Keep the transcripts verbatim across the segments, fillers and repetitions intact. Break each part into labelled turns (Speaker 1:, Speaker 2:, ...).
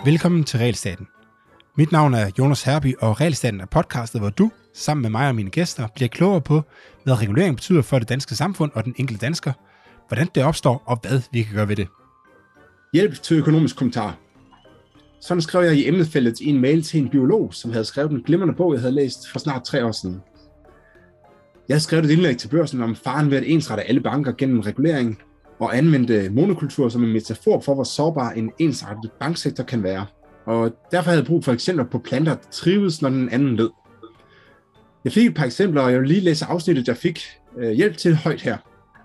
Speaker 1: Velkommen til Realstaten. Mit navn er Jonas Herby, og Realstaten er podcastet, hvor du, sammen med mig og mine gæster, bliver klogere på, hvad regulering betyder for det danske samfund og den enkelte dansker, hvordan det opstår og hvad vi kan gøre ved det.
Speaker 2: Hjælp til økonomisk kommentar. Sådan skrev jeg i emnefeltet i en mail til en biolog, som havde skrevet en glimrende bog, jeg havde læst for snart tre år siden. Jeg havde skrevet et indlæg til Børsen om faren ved at ensrette alle banker gennem regulering og anvendte monokultur som en metafor for, hvor sårbar en ensartet banksektor kan være. Og derfor havde jeg brug for eksempler på planter, der trives, når den anden led. Jeg fik et par eksempler, og jeg vil lige læse afsnittet, jeg fik øh, hjælp til højt her.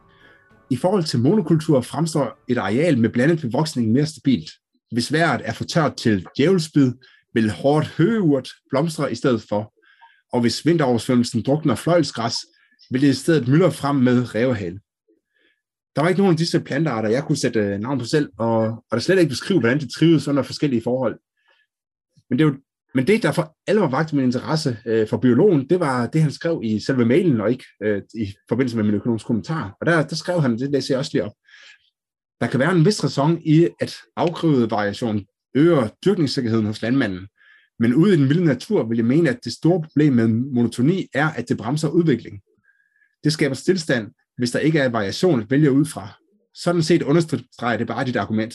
Speaker 2: I forhold til monokultur fremstår et areal med blandet bevoksning mere stabilt. Hvis vejret er for tørt til djævelsbid, vil hårdt høgeurt blomstre i stedet for. Og hvis vinteroversvømmelsen drukner fløjlsgræs, vil det i stedet myldre frem med rævehale. Der var ikke nogen af disse plantearter, jeg kunne sætte navn på selv, og, og der slet ikke beskrive, hvordan de trives under forskellige forhold. Men det, jo, men det der for alvor vagte min interesse øh, for biologen, det var det, han skrev i selve mailen, og ikke øh, i forbindelse med min økonomiske kommentar. Og der, der skrev han, det læser jeg også lige op. Der kan være en vis ræson i, at afkryvet variation øger dyrkningssikkerheden hos landmanden. Men ude i den vilde natur vil jeg mene, at det store problem med monotoni er, at det bremser udvikling. Det skaber stillstand, hvis der ikke er variation at vælge ud fra. Sådan set understreger det bare dit argument.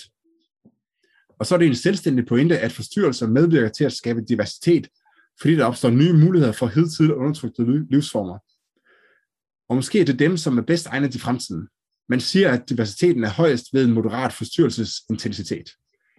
Speaker 2: Og så er det en selvstændig pointe, at forstyrrelser medvirker til at skabe diversitet, fordi der opstår nye muligheder for hidtidigt undertrykte livsformer. Og måske er det dem, som er bedst egnet i fremtiden. Man siger, at diversiteten er højest ved en moderat forstyrrelsesintensitet.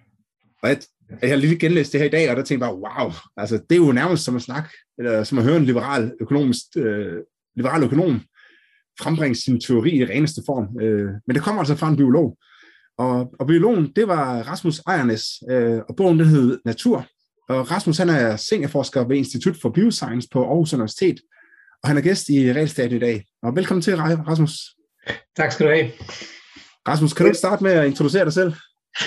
Speaker 2: Og jeg, jeg har lige genlæst det her i dag, og der tænkte jeg bare, wow, altså det er jo nærmest som at snakke, eller som at høre en liberal, økonomisk, øh, liberal økonom frembringe sin teori i reneste form. Øh, men det kommer altså fra en biolog. Og, og biologen, det var Rasmus Ejernes, øh, og bogen den hed Natur. Og Rasmus, han er seniorforsker ved Institut for Bioscience på Aarhus Universitet, og han er gæst i Realstaten i dag. Og velkommen til, Rasmus.
Speaker 3: Tak skal du have.
Speaker 2: Rasmus, kan du ikke starte med at introducere dig selv?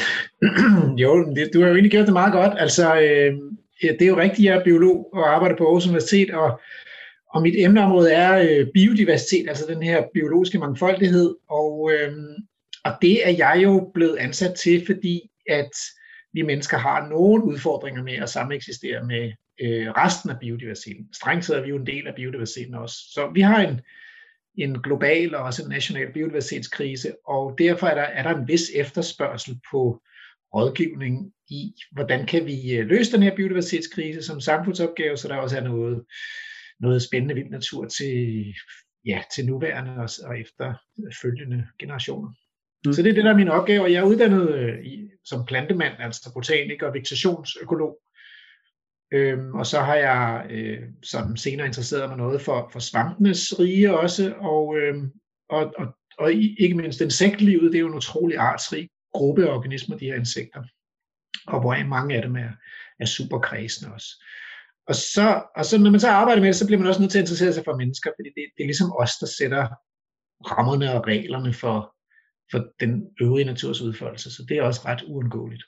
Speaker 3: Jo, det, du har jo egentlig gjort det meget godt. Altså, øh, det er jo rigtigt, jeg er biolog og arbejder på Aarhus Universitet, og, og mit emneområde er øh, biodiversitet, altså den her biologiske mangfoldighed, og, øh, og det er jeg jo blevet ansat til, fordi at vi mennesker har nogle udfordringer med at sameksistere med øh, resten af biodiversiteten. Strengt taget er vi jo en del af biodiversiteten også. Så vi har en en global og også en national biodiversitetskrise, og derfor er der, er der en vis efterspørgsel på rådgivning i, hvordan kan vi løse den her biodiversitetskrise som samfundsopgave, så der også er noget, noget spændende vild natur til, ja, til nuværende og, og efterfølgende generationer. Mm. Så det er det, der er min opgave, og jeg er uddannet øh, i, som plantemand, altså botaniker og vegetationsøkolog. Øhm, og så har jeg øh, sådan senere interesseret mig noget for, for svampenes rige også, og, øhm, og, og, og ikke mindst insektlivet, det er jo en utrolig artsrig gruppe af organismer, de her insekter, og hvor mange af dem er, er super kredsende også. Og så, og så når man så arbejder med det, så bliver man også nødt til at interessere sig for mennesker, fordi det, det er ligesom os, der sætter rammerne og reglerne for, for den øvrige naturs udfoldelse, så det er også ret uundgåeligt.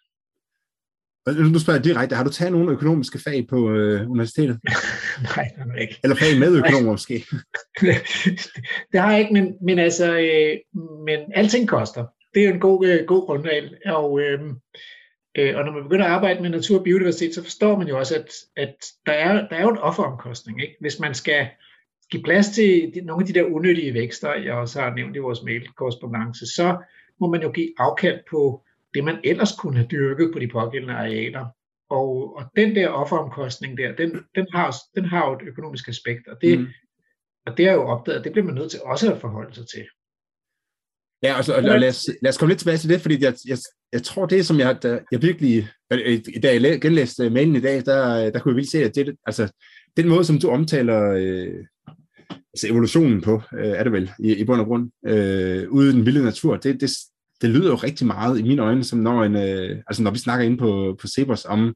Speaker 2: Nu spørger jeg direkte, har du taget nogle økonomiske fag på øh, universitetet?
Speaker 3: Nej, det har jeg ikke.
Speaker 2: Eller fag med økonomer måske?
Speaker 3: Det har jeg ikke, men, men altså, øh, men alting koster. Det er jo en god, øh, god grundregel. Og, øh, øh, og når man begynder at arbejde med natur og biodiversitet, så forstår man jo også, at, at der, er, der er jo en offeromkostning, ikke? Hvis man skal give plads til de, nogle af de der unyttige vækster, jeg også har nævnt i vores mailkorrespondance, så må man jo give afkald på det man ellers kunne have dyrket på de pågældende arealer. Og, og den der offeromkostning der, den, den, har, den har jo et økonomisk aspekt, og det, mm. og det er jo opdaget, det bliver man nødt til også at forholde sig til.
Speaker 2: Ja, altså, og lad, os, lad os komme lidt tilbage til det, fordi jeg, jeg, jeg tror det, som jeg, der, jeg virkelig, da jeg genlæste mailen i dag, der, der kunne jeg virkelig se, at det, altså, den måde, som du omtaler øh, altså evolutionen på, øh, er det vel, i, i bund og grund, øh, ude i den vilde natur, det, det Det lyder jo rigtig meget i mine øjne, som når, en, øh, altså når vi snakker inde på, på Cepos om,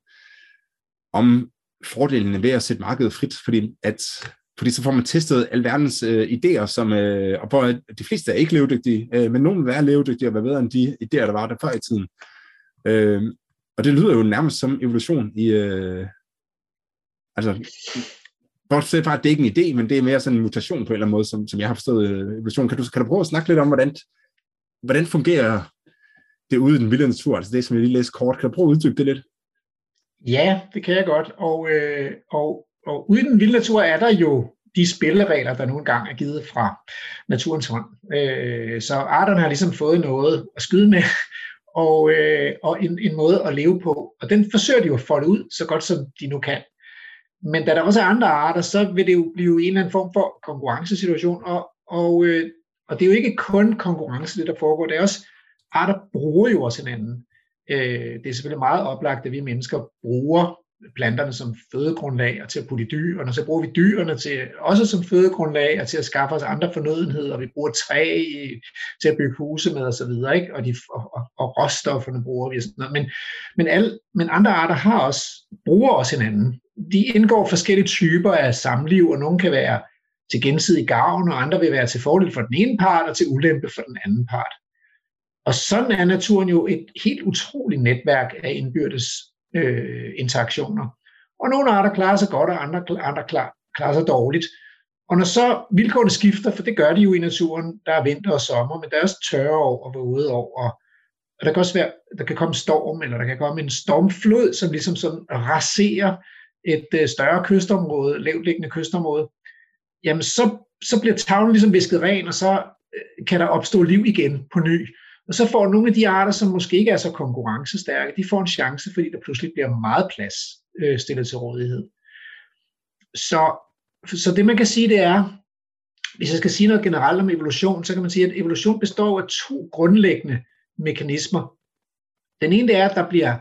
Speaker 2: om fordelene ved at sætte markedet frit, fordi, at, fordi så får man testet alverdens øh, idéer, som, øh, og hvor de fleste er ikke levedygtige, øh, men nogen vil være levedygtige og være bedre end de idéer, der var der før i tiden. Øh, og det lyder jo nærmest som evolution i, øh, altså, bortset fra, at det ikke er en idé, men det er mere sådan en mutation på en eller anden måde, som, som jeg har forstået evolution. Kan du, kan du prøve at snakke lidt om, hvordan Hvordan fungerer det ude i den vilde natur, altså det, som jeg lige læste kort? Kan du prøve at uddybe det lidt?
Speaker 3: Ja, det kan jeg godt. Og, øh, og, og ude i den vilde natur er der jo de spilleregler, der nogle gange er givet fra naturens hånd. Øh, så arterne har ligesom fået noget at skyde med, og, øh, og en, en måde at leve på. Og den forsøger de jo at folde ud, så godt som de nu kan. Men da der også er andre arter, så vil det jo blive en eller anden form for konkurrencesituation. Og, og, øh, og det er jo ikke kun konkurrence, det der foregår. Det er også, arter bruger jo også hinanden. Øh, det er selvfølgelig meget oplagt, at vi mennesker bruger planterne som fødegrundlag og til at putte i dyr, og så bruger vi dyrene til, også som fødegrundlag og til at skaffe os andre fornødenheder, og vi bruger træ i, til at bygge huse med osv., ikke? Og, de, og, og, og råstofferne bruger vi og sådan noget. Men, men, alle, men andre arter har også, bruger også hinanden. De indgår forskellige typer af samliv, og nogle kan være til gensidig gavn, og andre vil være til fordel for den ene part og til ulempe for den anden part. Og sådan er naturen jo et helt utroligt netværk af indbyrdes øh, interaktioner. Og nogle arter klarer sig godt, og andre, andre klarer, klarer sig dårligt. Og når så vilkårene skifter, for det gør de jo i naturen, der er vinter og sommer, men der er også tørre år og våde år, og, og der kan også være, der kan komme storm, eller der kan komme en stormflod, som ligesom sådan raserer et øh, større kystområde, lavtliggende kystområde. Jamen så, så bliver tavlen ligesom visket ren, og så øh, kan der opstå liv igen på ny. Og så får nogle af de arter, som måske ikke er så konkurrencestærke, de får en chance, fordi der pludselig bliver meget plads øh, stillet til rådighed. Så, så det man kan sige, det er, hvis jeg skal sige noget generelt om evolution, så kan man sige, at evolution består af to grundlæggende mekanismer. Den ene det er, at der bliver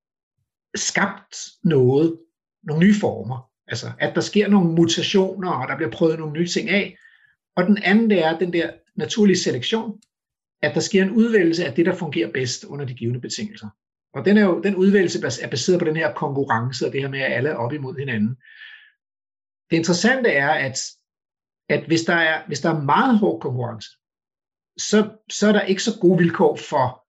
Speaker 3: skabt noget, nogle nye former. Altså at der sker nogle mutationer, og der bliver prøvet nogle nye ting af. Og den anden det er den der naturlige selektion, at der sker en udvælgelse af det, der fungerer bedst under de givne betingelser. Og den, er jo, den udvælgelse er baseret på den her konkurrence, og det her med, at alle er op imod hinanden. Det interessante er, at, at hvis, der er, hvis der er meget hård konkurrence, så, så er der ikke så gode vilkår for,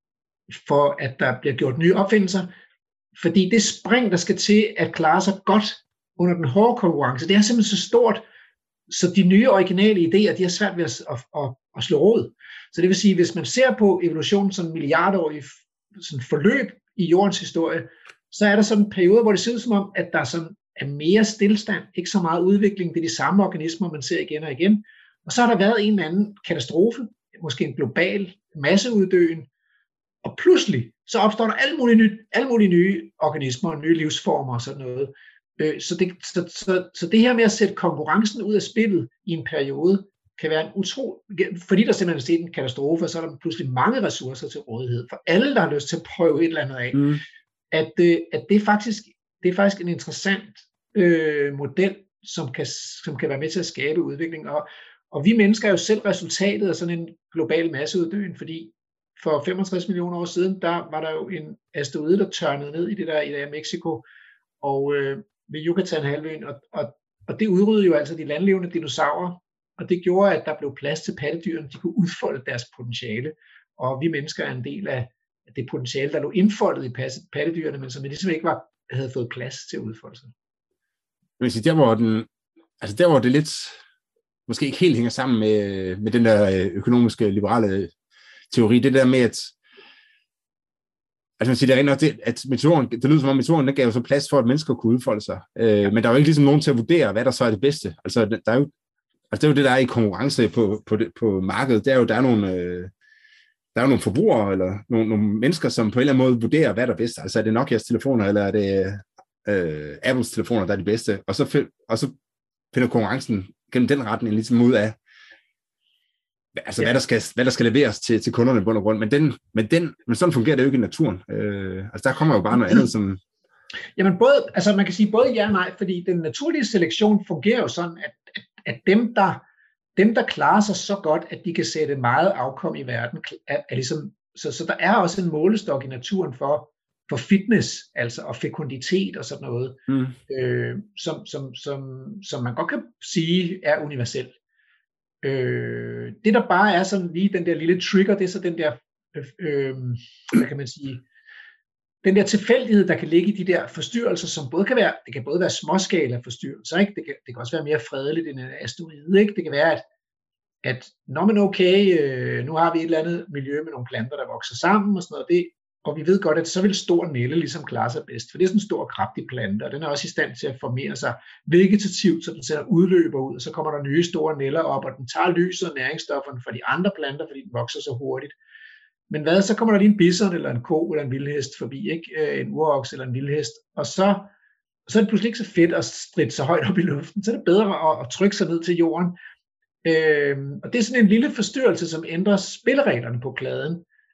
Speaker 3: for, at der bliver gjort nye opfindelser, fordi det spring, der skal til at klare sig godt under den hårde konkurrence, det er simpelthen så stort, så de nye originale idéer, de har svært ved at, at, at, at slå råd. Så det vil sige, hvis man ser på evolutionen som milliardårig sådan forløb i jordens historie, så er der sådan en periode, hvor det ser ud som om, at der sådan er mere stillestand, ikke så meget udvikling, det er de samme organismer, man ser igen og igen. Og så har der været en eller anden katastrofe, måske en global masseuddøen, og pludselig så opstår der alle mulige nye, alle mulige nye organismer, nye livsformer og sådan noget. Så det, så, så, så det her med at sætte konkurrencen ud af spillet i en periode, kan være en utro, fordi der simpelthen er set en katastrofe, så er der pludselig mange ressourcer til rådighed for alle, der har lyst til at prøve et eller andet af. Mm. At, at det, er faktisk, det er faktisk en interessant øh, model, som kan, som kan være med til at skabe udvikling. Og, og vi mennesker er jo selv resultatet af sådan en global masseuddøen, fordi for femogtres millioner år siden, der var der jo en asteroide, der tørnede ned i det der i det der Mexico, og øh, ved Yucatan-halvøen, og, og, og det udryddede jo altså de landlevende dinosaurer, og det gjorde, at der blev plads til pattedyrene, de kunne udfolde deres potentiale, og vi mennesker er en del af det potentiale, der lå indfoldet i pattedyrene, men som ligesom ikke var, havde fået plads til at udfolde sig.
Speaker 2: Men der hvor, den, altså der hvor det lidt, måske ikke helt hænger sammen med, med den der økonomiske, liberale teori, det der med, at altså man siger, det er det, at metoden, det lyder som om metoden, den gav jo så plads for, at mennesker kunne udfolde sig, øh, men der er jo ikke ligesom nogen til at vurdere, hvad der så er det bedste. Altså der er jo Altså det er jo det, der er i konkurrence på, på, det, på markedet. Det er jo, der er nogle, øh, der er nogle forbrugere, eller nogle, nogle mennesker, som på en eller anden måde vurderer, hvad der er bedst. Altså er det Nokias telefoner, eller er det øh, Apples telefoner, der er de bedste? Og så, og så finder konkurrencen gennem den retning ligesom ud af, altså ja. hvad, der skal, hvad der skal leveres til, til kunderne på bund og grund. Men, den, men, den, men sådan fungerer det jo ikke i naturen. Øh, altså der kommer jo bare noget andet, som...
Speaker 3: Jamen både, altså man kan sige både ja og nej, fordi den naturlige selektion fungerer jo sådan, at at dem der, dem, der klarer sig så godt, at de kan sætte meget afkom i verden, er, er ligesom, så, så der er også en målestok i naturen for, for fitness, altså og fekunditet og sådan noget, mm. øh, som, som, som, som man godt kan sige er universel. Øh, det der bare er sådan lige den der lille trigger, det er så den der, øh, øh, hvad kan man sige, den der tilfældighed, der kan ligge i de der forstyrrelser, som både kan være, det kan både være småskala forstyrrelser, ikke? Det kan, det kan også være mere fredeligt end en asteroide, ikke? Det kan være, at, at når man okay, øh, nu har vi et eller andet miljø med nogle planter, der vokser sammen og sådan noget, det, og vi ved godt, at så vil stor nælle ligesom klare sig bedst, for det er sådan en stor kraftig plante, og den er også i stand til at formere sig vegetativt, så den sender udløber ud, og så kommer der nye store næller op, og den tager lyset og næringsstofferne fra de andre planter, fordi den vokser så hurtigt. Men hvad, så kommer der lige en bison, eller en ko, eller en vildhest forbi, ikke? En urokse eller en vildhest, og så, så er det pludselig ikke så fedt at stritte så højt op i luften, så er det bedre at, at trykke sig ned til jorden. Øhm, og det er sådan en lille forstyrrelse, som ændrer spillereglerne på pladen.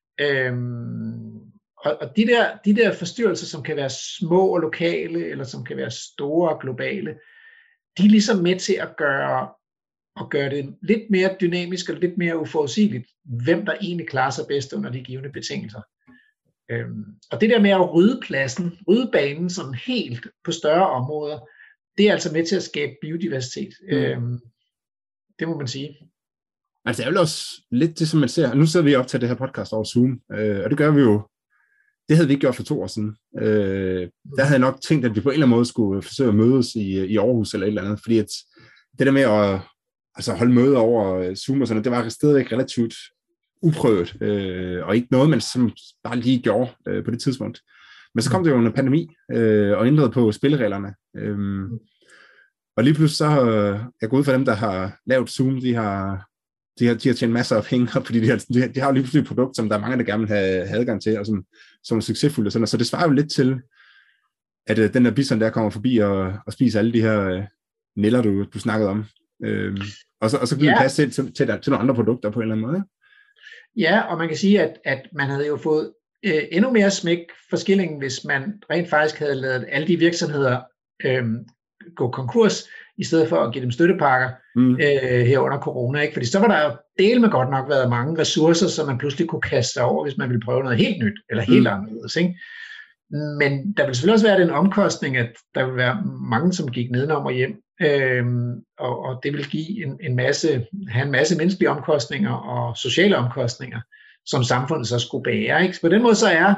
Speaker 3: Øhm, og og de, der, de der forstyrrelser, som kan være små og lokale, eller som kan være store og globale, de er ligesom med til at gøre, at gøre det lidt mere dynamisk og lidt mere uforudsigeligt, hvem der egentlig klarer sig bedst under de givne betingelser. Øhm, og det der med at rydde pladsen, rydde banen sådan helt på større områder, det er altså med til at skabe biodiversitet. Mm. Øhm, det må man sige.
Speaker 2: Altså det er vel også lidt det, som man ser. Nu sidder vi op til det her podcast over Zoom, øh, og det gør vi jo. Det havde vi ikke gjort for to år siden. Øh, der havde jeg nok tænkt, at vi på en eller anden måde skulle forsøge at mødes i, i Aarhus eller et eller andet, fordi at det der med at altså holde møder over Zoom og sådan noget, det var stadigvæk relativt uprøvet, øh, og ikke noget, man som bare lige gjorde øh, på det tidspunkt. Men så kom det jo en pandemi, øh, og ændrede på spillereglerne. Øh, og lige pludselig så er jeg gået for dem, der har lavet Zoom, de har, de har, de har tjent masser af penge, fordi de har, de har, de har jo lige pludselig et produkt, som der er mange, der gerne vil have, have adgang til, og som, som er succesfuldt. Og sådan. Så det svarer jo lidt til, at øh, den der bison der kommer forbi og, og spiser alle de her øh, næller, du, du snakkede om. Øh, og så, og så bliver det plads til, til, til, til nogle andre produkter på en eller anden måde.
Speaker 3: Ja, og man kan sige, at, at man havde jo fået øh, endnu mere smæk for skillingen, hvis man rent faktisk havde ladet alle de virksomheder øh, gå konkurs, i stedet for at give dem støttepakker mm. øh, her under corona. Ikke? Fordi så var der jo del med godt nok været mange ressourcer, som man pludselig kunne kaste sig over, hvis man ville prøve noget helt nyt, eller helt mm. anderledes. Ikke? Men der vil selvfølgelig også være den omkostning, at der vil være mange, som gik nedenom og hjem, øhm, og, og det vil give en, en masse, have en masse menneskelige omkostninger og sociale omkostninger, som samfundet så skulle bære. Ikke? Så på den måde så er,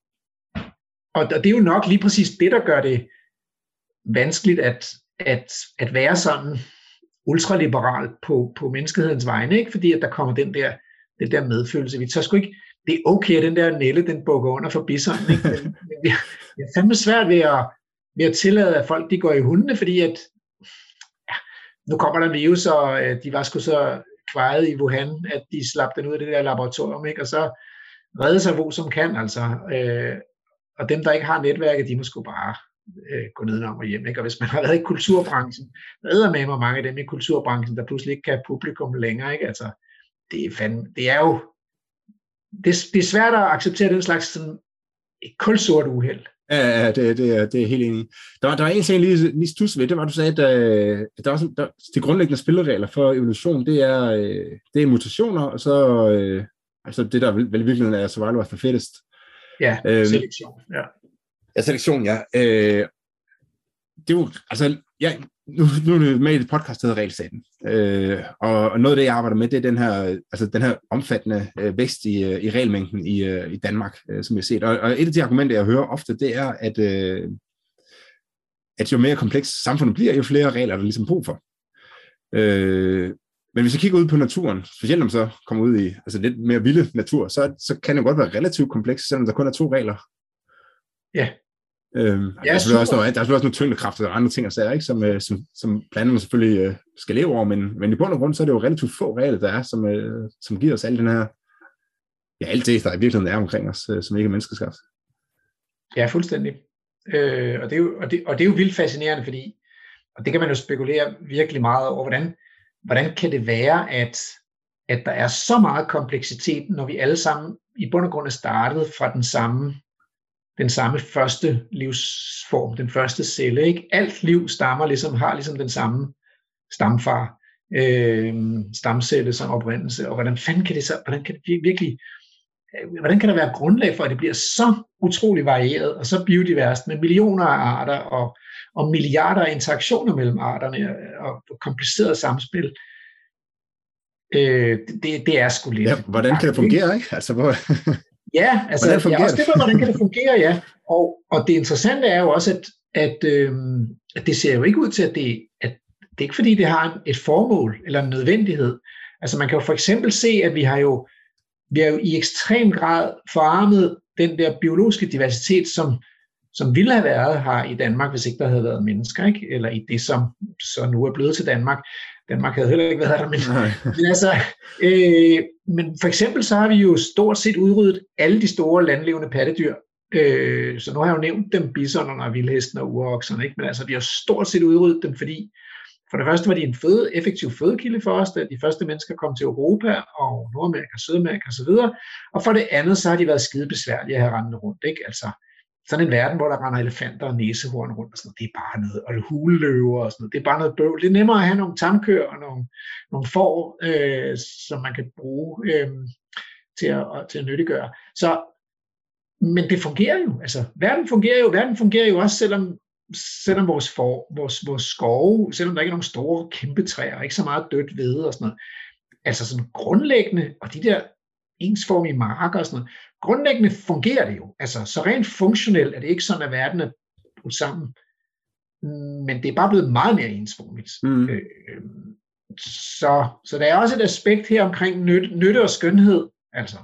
Speaker 3: og det er jo nok lige præcis det, der gør det vanskeligt at, at, at være sådan ultraliberal på, på menneskehedens vegne, ikke? Fordi at der kommer den der, den der medfølelse. Vi tager sgu ikke, det er okay, at den der nælle, den bukker under for bisonen, ikke? Men, men det er fandme svært ved at, ved at tillade, at folk de går i hundene, fordi at ja, nu kommer der en virus, og øh, de var sgu så kvejet i Wuhan, at de slap den ud af det der laboratorium, ikke? Og så redde sig hvor som kan, altså. Øh, og dem, der ikke har netværket, de må sgu bare øh, gå nedenom og hjem, ikke? Og hvis man har været i kulturbranchen, der er med mig mange af dem i kulturbranchen, der pludselig ikke kan have publikum længere, ikke? Altså, det er fandme, det er jo Det, det er svært at acceptere den slags sådan et kulsort uheld.
Speaker 2: Ja, ja, det, det, er, det er helt enig. Der var, der var en ting, lige, lige studs ved, det var, du sagde, at der, der var sådan, der, de grundlæggende spilleregler for evolution, det er, det er mutationer, og så øh, altså det, der vel, vel virkelig er survival of the fittest.
Speaker 3: Ja, øhm, selektion. Ja,
Speaker 2: ja selektion, ja. Øh, det er jo, altså, ja, nu, nu er det med i et podcast, der hedder Regelstaten, øh, og, og noget af det, jeg arbejder med, det er den her, altså den her omfattende øh, vækst i, øh, i regelmængden i, øh, i Danmark, øh, som jeg har set. Og, og et af de argumenter, jeg hører ofte, det er, at, øh, at jo mere komplekst samfundet bliver, jo flere regler er der ligesom brug for. Øh, men hvis vi kigger ud på naturen, specielt om så kommer ud i altså lidt mere vilde natur, så, så kan det godt være relativt komplekst, selvom der kun er to regler.
Speaker 3: Ja.
Speaker 2: Øhm, ja, der, er også noget, der er også nogle tyngdekræfter og andre ting og sager, ikke, som, som, som planterne selvfølgelig øh, skal leve over, men, men i bund og grund så er det jo relativt få regler, der er, som, øh, som giver os al den her, ja, alt det, der i virkeligheden er omkring os, øh, som ikke er menneskeskabt.
Speaker 3: Ja, fuldstændig. Øh, og, det er jo, og, det, og det er jo vildt fascinerende, fordi, og det kan man jo spekulere virkelig meget over, hvordan, hvordan kan det være, at, at der er så meget kompleksitet, når vi alle sammen i bund og grund er startet fra den samme den samme første livsform, den første celle, ikke? Alt liv stammer ligesom, har ligesom den samme stamfar, øh, stamcelle som oprindelse, og hvordan fanden kan det så, hvordan kan det virkelig, hvordan kan der være grundlag for, at det bliver så utrolig varieret, og så biodiverst, med millioner af arter, og, og milliarder af interaktioner mellem arterne, og kompliceret samspil. Øh, det, det er sgu lidt.
Speaker 2: Ja, hvordan kan det fungere, ikke? Altså, hvor...
Speaker 3: Ja, altså, ja, også det for, hvordan kan det fungere, ja. Og, og det interessante er jo også, at, at, øhm, at det ser jo ikke ud til, at det, at det er ikke fordi, det har et formål eller en nødvendighed. Altså man kan jo for eksempel se, at vi har jo, vi har jo i ekstrem grad forarmet den der biologiske diversitet, som, som ville have været her i Danmark, hvis ikke der havde været mennesker, ikke? Eller i det, som så nu er blevet til Danmark. Danmark havde heller ikke været der, men, men, altså, øh, men for eksempel så har vi jo stort set udryddet alle de store landlevende pattedyr. Øh, så nu har jeg jo nævnt dem, bisonerne og vildhesten og urokserne, ikke? Men altså, vi har stort set udryddet dem, fordi for det første var de en føde, effektiv fødekilde for os, da de første mennesker kom til Europa og Nordamerika, Sydamerika osv. Og for det andet, så har de været skide besværlige at have rendende rundt, ikke? Altså, sådan en verden, hvor der render elefanter og næsehorn rundt og sådan noget, det er bare noget, og huleløver og sådan noget, det er bare noget bøvl. Det er nemmere at have nogle tamkøer og nogle, nogle får, øh, som man kan bruge øh, til, at, til at nyttiggøre. Så, men det fungerer jo, altså, verden fungerer jo, verden fungerer jo også, selvom selvom vores, for, vores, vores skove, selvom der ikke er nogen store kæmpe træer, ikke så meget dødt ved og sådan noget, altså sådan grundlæggende, og de der ensformige marker og sådan noget, grundlæggende fungerer det jo, altså så rent funktionelt er det ikke sådan, at verden er brudt sammen, men det er bare blevet meget mere ensformigt. Mm. Øh, så, så der er også et aspekt her omkring nytte, nytte og skønhed, altså,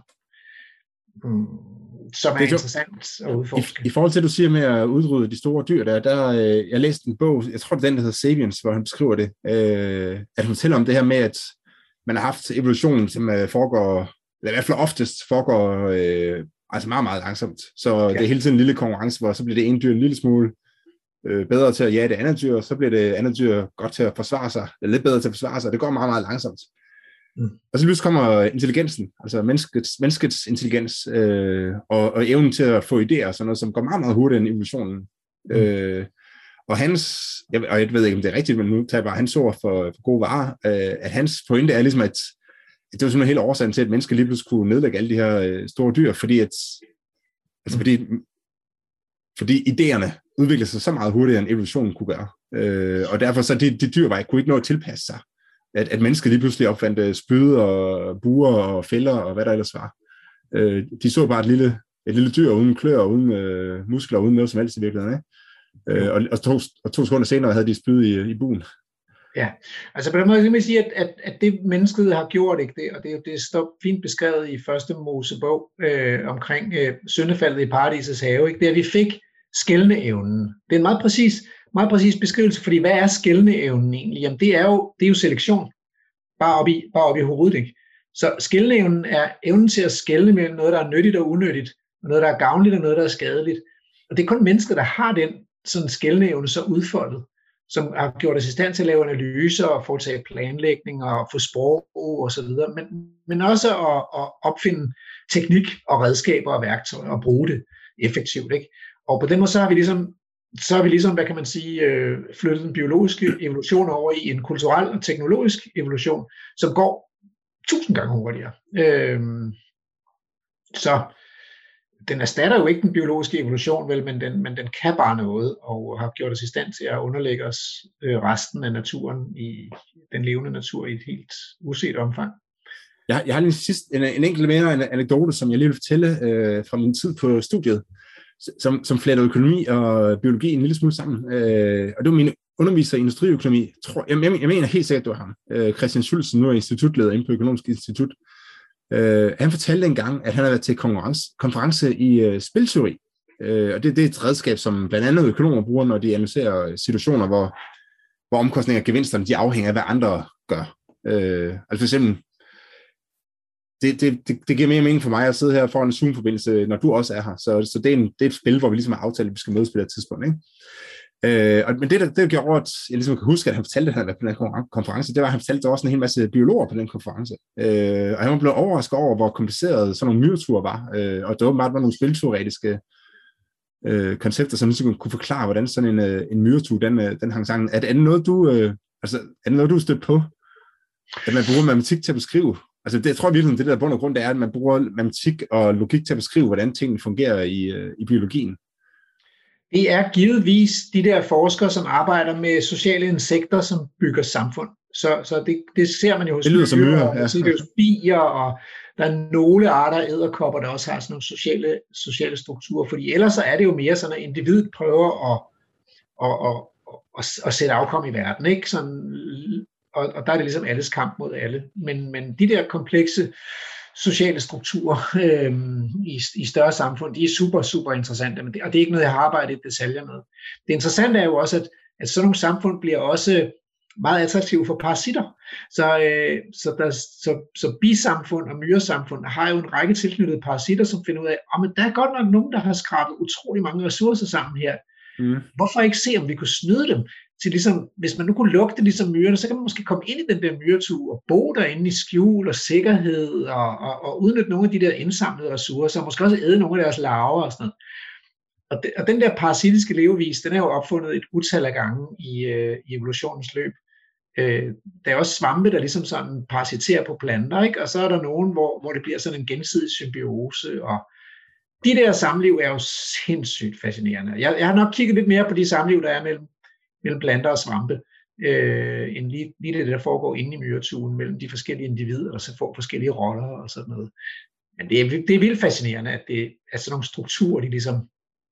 Speaker 3: mm, som er, er interessant at udforske.
Speaker 2: I, I forhold til, at du siger med at udrydde de store dyr, der, der øh, jeg læste en bog, jeg tror det er den, der hedder Sapiens, hvor han beskriver det, øh, at hun fortæller om det her med, at man har haft evolutionen, som øh, foregår, eller i hvert fald oftest foregår øh, altså meget, meget langsomt. Så ja. Det er hele tiden en lille konkurrence, hvor så bliver det ene dyr en lille smule øh, bedre til at jage det andet dyr, og så bliver det andet dyr godt til at forsvare sig, eller lidt bedre til at forsvare sig, og det går meget, meget langsomt. Mm. Og så pludselig kommer intelligensen, altså menneskets, menneskets intelligens, øh, og, og evnen til at få idéer, sådan noget, som går meget, meget hurtigt end evolutionen. Mm. Øh, og hans, jeg, og jeg ved ikke, om det er rigtigt, men nu tager jeg bare hans ord for, for gode varer, øh, at hans pointe er ligesom, at, at det var simpelthen hele årsagen til, at mennesker lige pludselig kunne nedlægge alle de her øh, store dyr, fordi at, altså fordi, fordi idéerne udviklede sig så meget hurtigere, end evolutionen kunne gøre. Øh, og derfor så de, de dyr var, kunne ikke nå at tilpasse sig. At, at mennesker lige pludselig opfandt spyd og buer og fælder og hvad der ellers var. Øh, de så bare et lille, et lille dyr uden klør, uden øh, muskler, uden noget som helst i virkeligheden. Ikke? Øh, og, og, to, og to sekunder senere havde de spyd i, i buen.
Speaker 3: Ja, altså på den måde kan man sige, at, at, at det mennesket har gjort, ikke det, og det, det står fint beskrevet i første Mosebog øh, omkring øh, syndefaldet i paradisets have, ikke? Det er, at vi fik skelneevnen. Det er en meget præcis Meget præcis beskrivelse, fordi hvad er skelneevnen egentlig? Jamen det er jo, det er jo selektion, bare op i, bare op i hovedet, ikke? Så skelneevnen er evnen til at skelne mellem noget, der er nyttigt og unødigt, og noget, der er gavnligt og noget, der er skadeligt. Og det er kun mennesker, der har den sådan skelneevne så udfoldet, som har gjort os i stand til at lave analyser og foretage planlægning og få sprog og så videre, men, men også at, at opfinde teknik og redskaber og værktøjer og bruge det effektivt, ikke? Og på den måde så har vi ligesom så har vi ligesom, hvad kan man sige, øh, flyttet den biologiske evolution over i en kulturel og teknologisk evolution, som går tusind gange hurtigere. Øh, så den erstatter jo ikke den biologiske evolution, vel, men den, men den kan bare noget, og har gjort os i stand til at underlægge os øh, resten af naturen, i den levende natur, i et helt uset omfang.
Speaker 2: Jeg, jeg har lige sidst en, en enkelt mere en anekdote, som jeg lige vil fortælle øh, fra min tid på studiet, som, som fletter økonomi og biologi en lille smule sammen. Øh, og det var min underviser i industriøkonomi. Tror, jeg, jeg, jeg mener helt sikkert, det var ham. Øh, Christian Schulzen, nu er institutleder inde på Økonomisk Institut. Øh, han fortalte engang, at han havde været til konference i øh, spilteori. Øh, og det, det er et redskab, som blandt andet økonomer bruger, når de analyserer situationer, hvor, hvor omkostninger og gevinsterne, de afhænger af, hvad andre gør. Øh, altså for eksempel, Det, det, det, det giver mere mening for mig at sidde her foran en Zoom-forbindelse, når du også er her. Så, så det, er en, det er et spil, hvor vi ligesom har aftalt, at vi skal mødes på det tidspunkt. Ikke? Øh, og, men det, der, det gjorde, at jeg ligesom kan huske, at han fortalte, at han havde været på den konference, det var, at han fortalte, at der var også en hel masse biologer på den konference. Øh, og han var blevet overrasket over, hvor kompliceret sådan nogle myreture var. Øh, og det var bare nogle spilteoretiske øh, koncepter, som ligesom kunne forklare, hvordan sådan en, en myretur, den, den hang sammen. Er det, er det noget, du, øh, altså, er det noget, du er stødt på? At man bruger matematik til at beskrive? Altså det, jeg tror virkelig, det der bund og grund, det er, at man bruger matematik og logik til at beskrive, hvordan tingene fungerer i, i biologien.
Speaker 3: Det er givetvis de der forskere, som arbejder med sociale insekter, som bygger samfund. Så, så det, det ser man jo hos
Speaker 2: myrer, ja.
Speaker 3: og bier, og der er nogle arter af edderkopper, der også har sådan nogle sociale, sociale strukturer, fordi ellers så er det jo mere sådan, at individet prøver at, at, at, at, at sætte afkom i verden, ikke? Sådan, og, og der er det ligesom alles kamp mod alle. Men, men de der komplekse sociale strukturer øh, i, i større samfund, de er super, super interessante, men det, og det er ikke noget, jeg har arbejdet i detaljer med. Det interessante er jo også, at, at sådan nogle samfund bliver også meget attraktive for parasitter. Så, øh, så, der, så, så bisamfund og myresamfund har jo en række tilknyttede parasitter, som finder ud af, at oh, der er godt nok nogen, der har skrabet utrolig mange ressourcer sammen her. Mm. Hvorfor ikke se, om vi kunne snyde dem til ligesom, hvis man nu kunne lugte ligesom myrerne, så kan man måske komme ind i den der myretue og bo derinde i skjul og sikkerhed og, og, og udnytte nogle af de der indsamlede ressourcer, og måske også æde nogle af deres larver og sådan noget. Og, de, og den der parasitiske levevis, den er jo opfundet et utal af gange i, øh, i evolutionens løb. Øh, der er også svampe, der ligesom sådan parasiterer på planter, ikke? Og så er der nogen, hvor, hvor det bliver sådan en gensidig symbiose, og de der samliv er jo sindssygt fascinerende. Jeg, jeg har nok kigget lidt mere på de samliv, der er mellem, mellem planter og svampe, øh, end lige, lige det, der foregår inde i myretuen, mellem de forskellige individer, der så får forskellige roller og sådan noget. Men det er, det er vildt fascinerende, at, det, at sådan nogle strukturer, de ligesom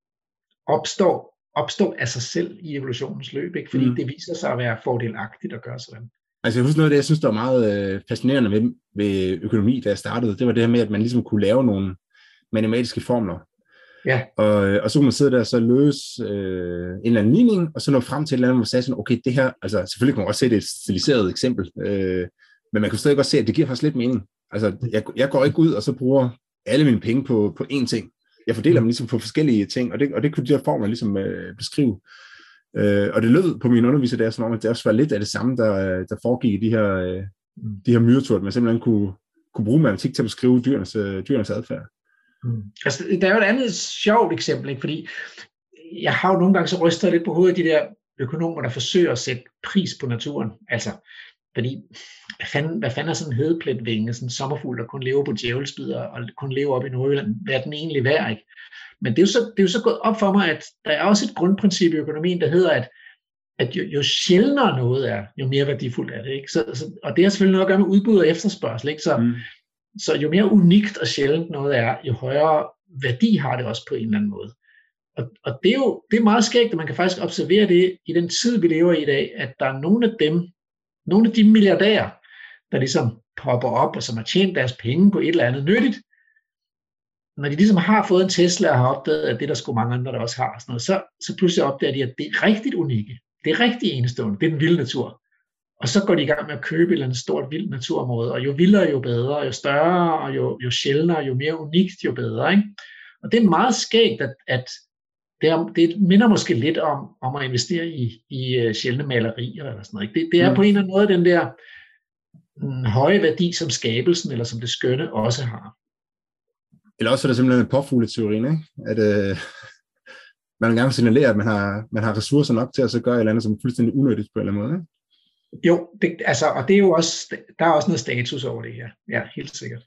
Speaker 3: opstår, opstår af sig selv i evolutionens løb, ikke? Fordi mm. det viser sig at være fordelagtigt at gøre sådan.
Speaker 2: Altså jeg husker noget af det, jeg synes, der var meget øh, fascinerende ved, ved økonomi, da jeg startede, det var det her med, at man ligesom kunne lave nogle matematiske formler.
Speaker 3: Ja. Og,
Speaker 2: og så kunne man sidde der og så løse øh, en eller anden ligning, og så nå frem til et eller andet, hvor man sagde sådan, okay, det her, altså selvfølgelig kan man også se det et stiliseret eksempel, øh, men man kan stadig godt se, at det giver faktisk lidt mening. Altså jeg, jeg går ikke ud og så bruger alle mine penge på, på én ting. Jeg fordeler dem ligesom på forskellige ting, og det, og det kunne de her formler ligesom øh, beskrive. Øh, og det lød på mine underviser der, som om, at det også var lidt af det samme, der, der foregik i de her, øh, de her myretur, at man simpelthen kunne, kunne bruge matematik til at beskrive dyrenes, øh, dyrenes adfærd.
Speaker 3: Mm. Altså, der er jo et andet sjovt eksempel, ikke? Fordi jeg har jo nogle gange så rystet lidt på hovedet af de der økonomer, der forsøger at sætte pris på naturen. Altså, fordi, hvad fanden, hvad fanden er sådan en hedepletvinge, sådan en sommerfugl, der kun lever på djævelspider og kun lever op i Nordjylland, hvad er den egentlig værd, ikke? Men det er, jo så, det er jo så gået op for mig, at der er også et grundprincip i økonomien, der hedder, at, at jo, jo sjældnere noget er, jo mere værdifuldt er det, ikke? Så, så, og det har selvfølgelig noget at gøre med udbud og efterspørgsel, ikke? Så, mm. så jo mere unikt og sjældent noget er, jo højere værdi har det også på en eller anden måde. Og, og det er jo det er meget skægt, at man kan faktisk observere det i den tid, vi lever i i dag, at der er nogle af dem, nogle af de milliardærer, der ligesom popper op, og som har tjent deres penge på et eller andet nyttigt, når de ligesom har fået en Tesla og har opdaget, at det der sgu mange andre, der også har, sådan noget, så, så pludselig opdager de, at det er rigtigt unikke. Det er rigtig enestående. Det er den vilde natur. Og så går de i gang med at købe et eller andet stort vildt naturområde, og jo vildere, jo bedre, og jo større, og jo, jo sjældnere, jo mere unikt, jo bedre. Ikke? Og det er meget skægt, at, at det, er, det minder måske lidt om, om at investere i, i uh, sjældne malerier eller sådan noget. Ikke? Det, det er mm. på en eller anden måde den der mm, høje værdi, som skabelsen eller som det skønne også har.
Speaker 2: Eller også er der simpelthen en påfugleteori, ikke? At øh, man vil gerne signalere, at man har, man har ressourcer nok til at så gøre et eller andet, som er fuldstændig unødigt på en eller anden måde. Ikke?
Speaker 3: Jo, det, altså, og det er jo også, der er også noget status over det her. Ja, helt sikkert.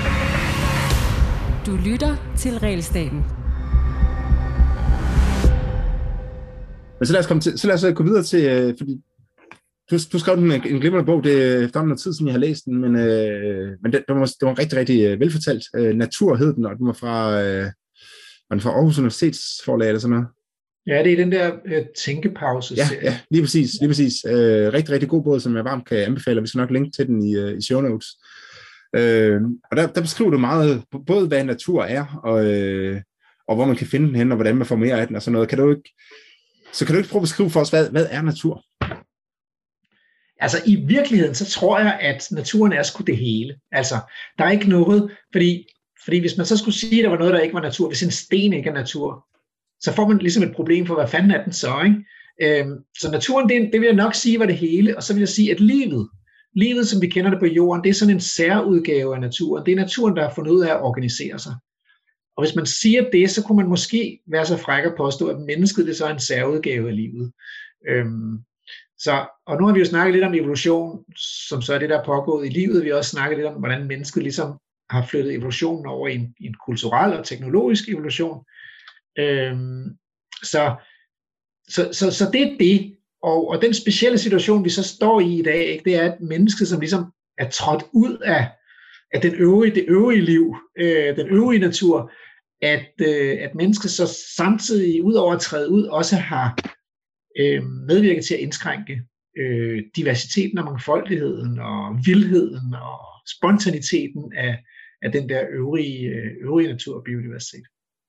Speaker 4: Du lytter til Realstaten.
Speaker 2: Men så lad os, komme til, så lad os gå videre til, fordi du, du skrev en, en glimrende bog, det er efterhånden noget tid siden, jeg har læst den, men, øh, men det, det, var, det var rigtig, rigtig velfortalt. Øh, Natur hed den, og den var fra, øh, var den fra Aarhus Universitetsforlag eller sådan noget.
Speaker 3: Ja, det er den der øh, tænkepause.
Speaker 2: Ja, ja, lige præcis. Lige præcis. Øh, rigtig, rigtig god bog, som jeg varmt kan anbefale, og vi skal nok linke til den i, øh, i show notes. Øh, og der, der beskriver du meget, både hvad natur er, og, øh, og hvor man kan finde den hen, og hvordan man får mere af den, og sådan noget. Kan du ikke, så kan du ikke prøve at beskrive for os, hvad, hvad er natur?
Speaker 3: Altså i virkeligheden, så tror jeg, at naturen er sgu det hele. Altså, der er ikke noget, fordi, fordi hvis man så skulle sige, at der var noget, der ikke var natur, hvis en sten ikke er natur, så får man ligesom et problem for, hvad fanden er den så, ikke? Øhm, så naturen, det, det vil jeg nok sige, var det hele, og så vil jeg sige, at livet, livet, som vi kender det på jorden, det er sådan en særudgave af naturen. Det er naturen, der har fundet ud af at organisere sig. Og hvis man siger det, så kunne man måske være så fræk at påstå, at mennesket det så er en særudgave af livet. Øhm, Så, og nu har vi jo snakket lidt om evolution, som så er det, der er pågået i livet. Vi har også snakket lidt om, hvordan mennesket ligesom har flyttet evolutionen over i en, i en kulturel og teknologisk evolution. Øhm, så, så, så, så det er det. Og, og den specielle situation, vi så står i i dag, ikke, det er, at mennesket som ligesom er trådt ud af, af den øvrige, det øvrige liv, øh, den øvrige natur, at, øh, at mennesket så samtidig, ud over at træde ud, også har medvirker til at indskrænke øh, diversiteten og mangfoldigheden og vildheden og spontaniteten af, af den der øvrige, øvrige natur og biodiversitet.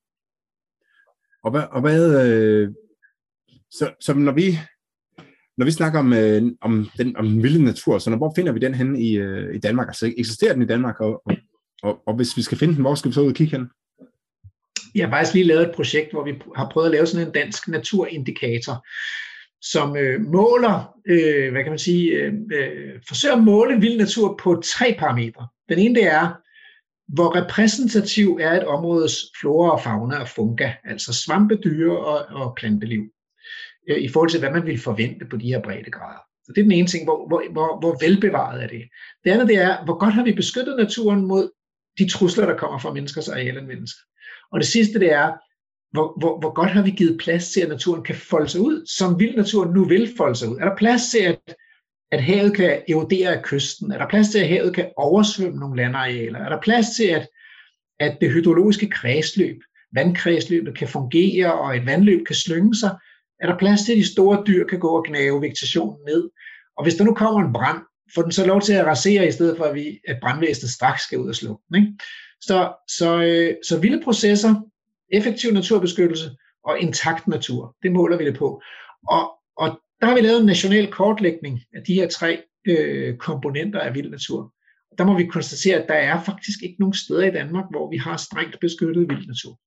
Speaker 2: Og hvad, og hvad øh, så, så når vi når vi snakker om, øh, om, den, om den vilde natur, så når, hvor finder vi den henne i, øh, i Danmark? Altså eksisterer den i Danmark, og, og, og, og hvis vi skal finde den, hvor skal vi så ud og kigge hen?
Speaker 3: Jeg har faktisk lige lavet et projekt, hvor vi har prøvet at lave sådan en dansk naturindikator, som øh, måler, øh, hvad kan man sige, øh, øh, forsøger at måle vild natur på tre parametre. Den ene det er, hvor repræsentativ er et områdes flora og fauna og funga, altså svampe, dyre og, og planteliv, øh, i forhold til, hvad man vil forvente på de her breddegrader. Så det er den ene ting, hvor, hvor, hvor, hvor velbevaret er det. Det andet det er, hvor godt har vi beskyttet naturen mod de trusler, der kommer fra menneskers arealanvendelse. Og det sidste det er, hvor, hvor, hvor godt har vi givet plads til, at naturen kan folde sig ud, som vild naturen nu vil folde sig ud. Er der plads til, at, at havet kan erodere af kysten? Er der plads til, at havet kan oversvømme nogle landarealer? Er der plads til, at, at det hydrologiske kredsløb, vandkredsløbet kan fungere, og et vandløb kan slynge sig? Er der plads til, at de store dyr kan gå og gnave vegetationen ned? Og hvis der nu kommer en brand, får den så lov til at rasere, i stedet for at, vi, at brandvæsenet straks skal ud og slukke den, ikke? Så, så, øh, så vilde processer, effektiv naturbeskyttelse og intakt natur, det måler vi det på. Og, og der har vi lavet en national kortlægning af de her tre øh, komponenter af vild natur. Der må vi konstatere, at der er faktisk ikke nogen steder i Danmark, hvor vi har strengt beskyttet vild natur.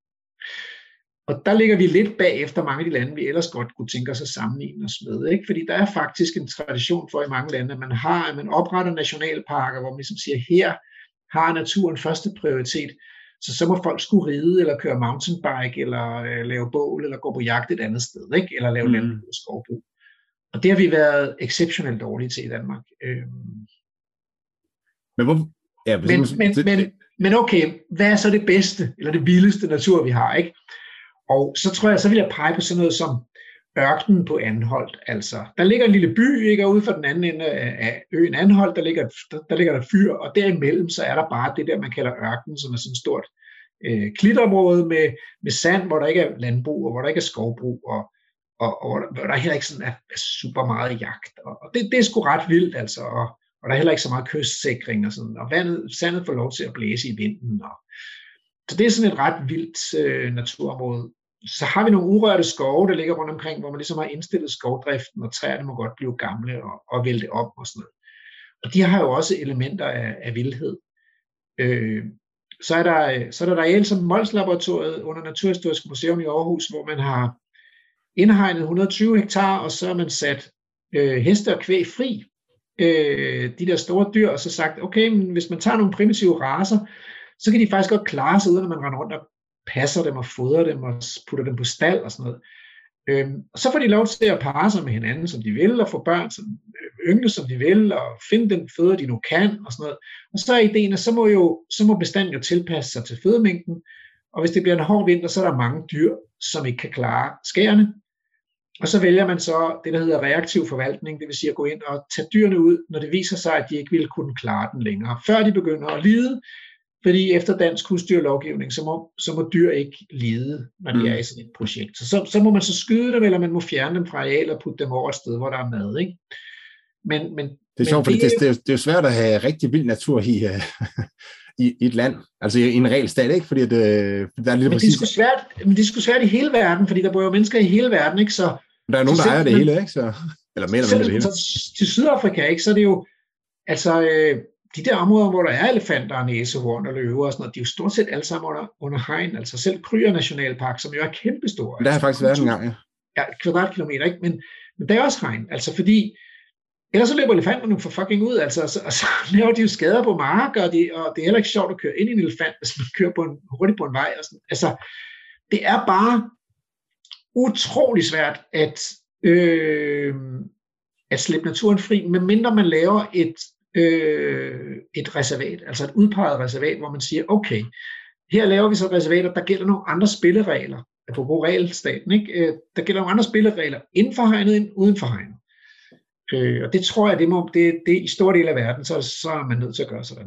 Speaker 3: Og der ligger vi lidt bagefter mange af de lande, vi ellers godt kunne tænke os at sammenligne os med. Ikke? Fordi der er faktisk en tradition for i mange lande, at man har, at man opretter nationalparker, hvor man ligesom siger, her har naturen første prioritet, så så må folk skulle ride, eller køre mountainbike, eller øh, lave bål, eller gå på jagt et andet sted, ikke? Eller lave mm. landbrug og skovbrug. Og det har vi været exceptionelt dårlige til i Danmark. Øhm.
Speaker 2: Men, hvor, ja,
Speaker 3: men, men, men, men okay, hvad er så det bedste, eller det vildeste natur, vi har, ikke? Og så tror jeg, så vil jeg pege på sådan noget som ørkenen på Anholt. Altså, der ligger en lille by, ikke, ude for den anden ende af øen Anholt, der ligger, der, der ligger der fyr, og derimellem så er der bare det der, man kalder ørken, som er sådan et stort øh, klitområde med, med sand, hvor der ikke er landbrug, og hvor der ikke er skovbrug, og, og, og hvor, der, hvor der heller ikke sådan er, er super meget jagt. Og, og det, det er sgu ret vildt, altså, og, og der er heller ikke så meget kystsikring, og, sådan, og vandet, sandet får lov til at blæse i vinden. Og, så det er sådan et ret vildt øh, naturområde. Så har vi nogle urørte skove, der ligger rundt omkring, hvor man ligesom har indstillet skovdriften, og træerne må godt blive gamle og, og vælte om og sådan noget. Og de har jo også elementer af, af vildhed. Øh, så er der så er der et areal som Molslaboratoriet under Naturhistorisk Museum i Aarhus, hvor man har indhegnet et hundrede og tyve hektar, og så har man sat øh, heste og kvæg fri, øh, de der store dyr, og så sagt, okay, men hvis man tager nogle primitive racer, så kan de faktisk godt klare sig, uden at man render rundt og passer dem og fodrer dem og putter dem på stald og sådan noget. Øhm, og så får de lov til at parre sig med hinanden, som de vil, og få børn, som yngle, som de vil, og finde den føde, de nu kan, og sådan noget. Og så er ideen, at så må, jo, så må bestanden jo tilpasse sig til fødemængden, og hvis det bliver en hård vinter, så er der mange dyr, som ikke kan klare skærene. Og så vælger man så det, der hedder reaktiv forvaltning, det vil sige at gå ind og tage dyrene ud, når det viser sig, at de ikke vil kunne klare den længere, før de begynder at lide. Fordi efter dansk husdyrlovgivning, så må, så må dyr ikke lide, når de mm. er i sådan et projekt. Så, så, så må man så skyde dem, eller man må fjerne dem fra arealer og putte dem over et sted, hvor der er mad. Ikke? Men, men,
Speaker 2: det er sjovt, fordi det, det, er, det er jo svært at have rigtig vild natur i, uh, i, i et land, altså i en reel stat, ikke? Fordi at, uh, der er lidt
Speaker 3: men,
Speaker 2: præcis...
Speaker 3: det er svært, men det er sgu svært i hele verden, fordi der bor jo mennesker i hele verden, ikke? Så,
Speaker 2: der er nogen, der ejer det hele, ikke? Så, eller mere eller mindre det hele.
Speaker 3: Så, til Sydafrika, ikke? Så er det jo, altså... Øh, de der områder, hvor der er elefanter og næsehorn og løver og sådan noget, de er jo stort set alle sammen under, under hegn. Altså selv Kryer Nationalpark, som jo er kæmpestor.
Speaker 2: Der har altså, faktisk været en gang, ja.
Speaker 3: Ja, kvadratkilometer, ikke? Men, men der er også hegn. Altså fordi, ellers så løber elefanterne for fucking ud, altså, og så, og så laver de jo skader på marker, og, de, og det er heller ikke sjovt at køre ind i en elefant, hvis man kører på en, hurtigt på en vej. Og sådan. Altså, det er bare utrolig svært at, øh, at slippe naturen fri, medmindre man laver et Øh, et reservat, altså et udpeget reservat, hvor man siger, okay, her laver vi så reservater, der gælder nogle andre spilleregler, apropos regelstaten, ikke? Øh, der gælder nogle andre spilleregler inden for hegnet end uden for hegnet. Øh, og det tror jeg, det, må, det, det i stor del af verden, så, så er man nødt til at gøre sådan.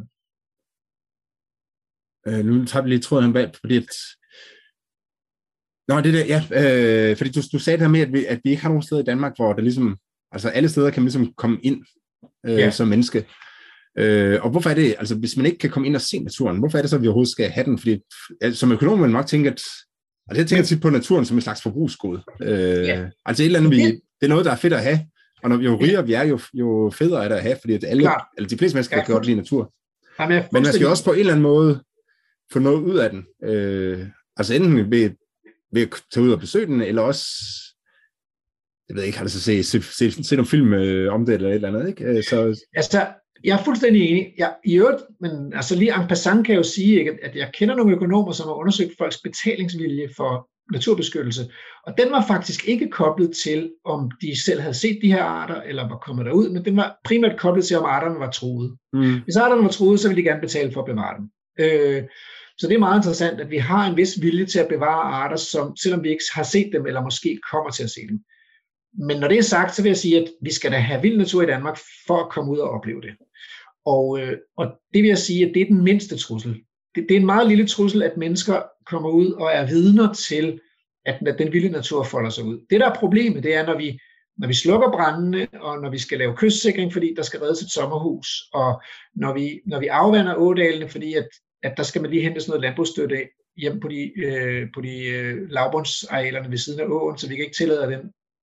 Speaker 2: Øh, nu tager vi lige tråden bag, fordi at... Nå, det der, ja, øh, fordi du, du sagde det her med, at vi, at vi ikke har nogen steder i Danmark, hvor der ligesom, altså alle steder kan man ligesom komme ind, Øh, ja. som menneske. Øh, og hvorfor er det, altså hvis man ikke kan komme ind og se naturen, hvorfor er det så, at vi overhovedet skal have den? Fordi altså, som økonom vil man nok tænke, at altså, jeg tænker tit på naturen som en slags forbrugsgode. Øh, ja. Altså et eller andet, vi, det er noget, der er fedt at have. Og når jo rigere vi er, jo, jo federe er det at have, fordi at alle, eller de fleste mennesker kan godt lide natur.
Speaker 3: Jamen,
Speaker 2: men man skal jo også på en eller anden måde få noget ud af den. Øh, altså enten ved, ved at tage ud og besøge den, eller også, jeg ved ikke, har det så se, se, se, se nogle film øh, om det, eller et eller andet, ikke? Så...
Speaker 3: Altså, jeg er fuldstændig enig. Jeg, i øvrigt, men altså lige en passant kan jeg jo sige, ikke, at jeg kender nogle økonomer, som har undersøgt folks betalingsvilje for naturbeskyttelse, og den var faktisk ikke koblet til, om de selv havde set de her arter, eller var kommet derud, men den var primært koblet til, om arterne var truede. Mm. Hvis arterne var truede, så ville de gerne betale for at bevare dem. Øh, så det er meget interessant, at vi har en vis vilje til at bevare arter, som, selvom vi ikke har set dem, eller måske kommer til at se dem. Men når det er sagt, så vil jeg sige, at vi skal da have vild natur i Danmark, for at komme ud og opleve det. Og, øh, og det vil jeg sige, at det er den mindste trussel. Det, det er en meget lille trussel, at mennesker kommer ud og er vidner til, at den vilde natur folder sig ud. Det, der er problemet, det er, når vi, når vi slukker brændene, og når vi skal lave kystsikring, fordi der skal reddes et sommerhus, og når vi, når vi afvander ådalene, fordi at, at der skal man lige hente sådan noget landbrugsstøtte hjem på de, øh, på de øh, lavbundsarealerne ved siden af åen, så vi kan ikke tillade, at den,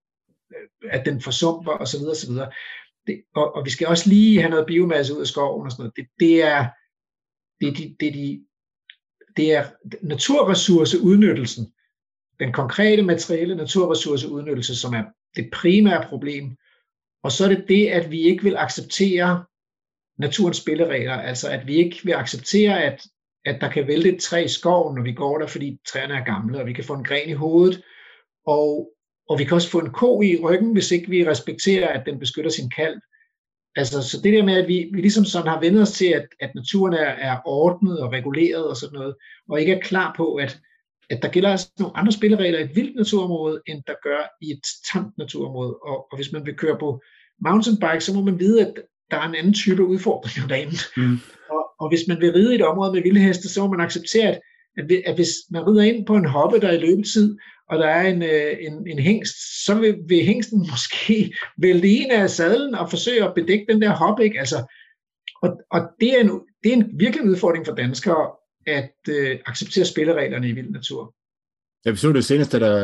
Speaker 3: at den forsumper osv. osv. Det, og, og vi skal også lige have noget biomasse ud af skoven og sådan noget. Det, det er det er, de, det, er de, det er naturressourceudnyttelsen, den konkrete materielle naturressourceudnyttelse, som er det primære problem. Og så er det det, at vi ikke vil acceptere naturens spilleregler, altså at vi ikke vil acceptere, at, at der kan vælte et træ i skoven, når vi går der, fordi træerne er gamle, og vi kan få en gren i hovedet, og Og vi kan også få en ko i ryggen, hvis ikke vi respekterer, at den beskytter sin kalv. Altså, så det der med, at vi, vi ligesom sådan har vendt os til, at, at naturen er, er ordnet og reguleret og sådan noget, og ikke er klar på, at, at der gælder altså nogle andre spilleregler i et vildt naturområde, end der gør i et tamt naturområde. Og, og hvis man vil køre på mountainbike, så må man vide, at der er en anden type udfordring derinde. Mm. Og, og hvis man vil ride i et område med vilde heste, så må man acceptere, at, at hvis man rider ind på en hoppe, der er i løbetid, og der er en, en, en hængst, så vil, vil hængsten måske vælte en af sadlen og forsøge at bedække den der hop, ikke? Altså, og, og det, er en, det er en virkelig udfordring for danskere, at øh, acceptere spillereglerne i vild natur.
Speaker 2: Ja, vi så det seneste, der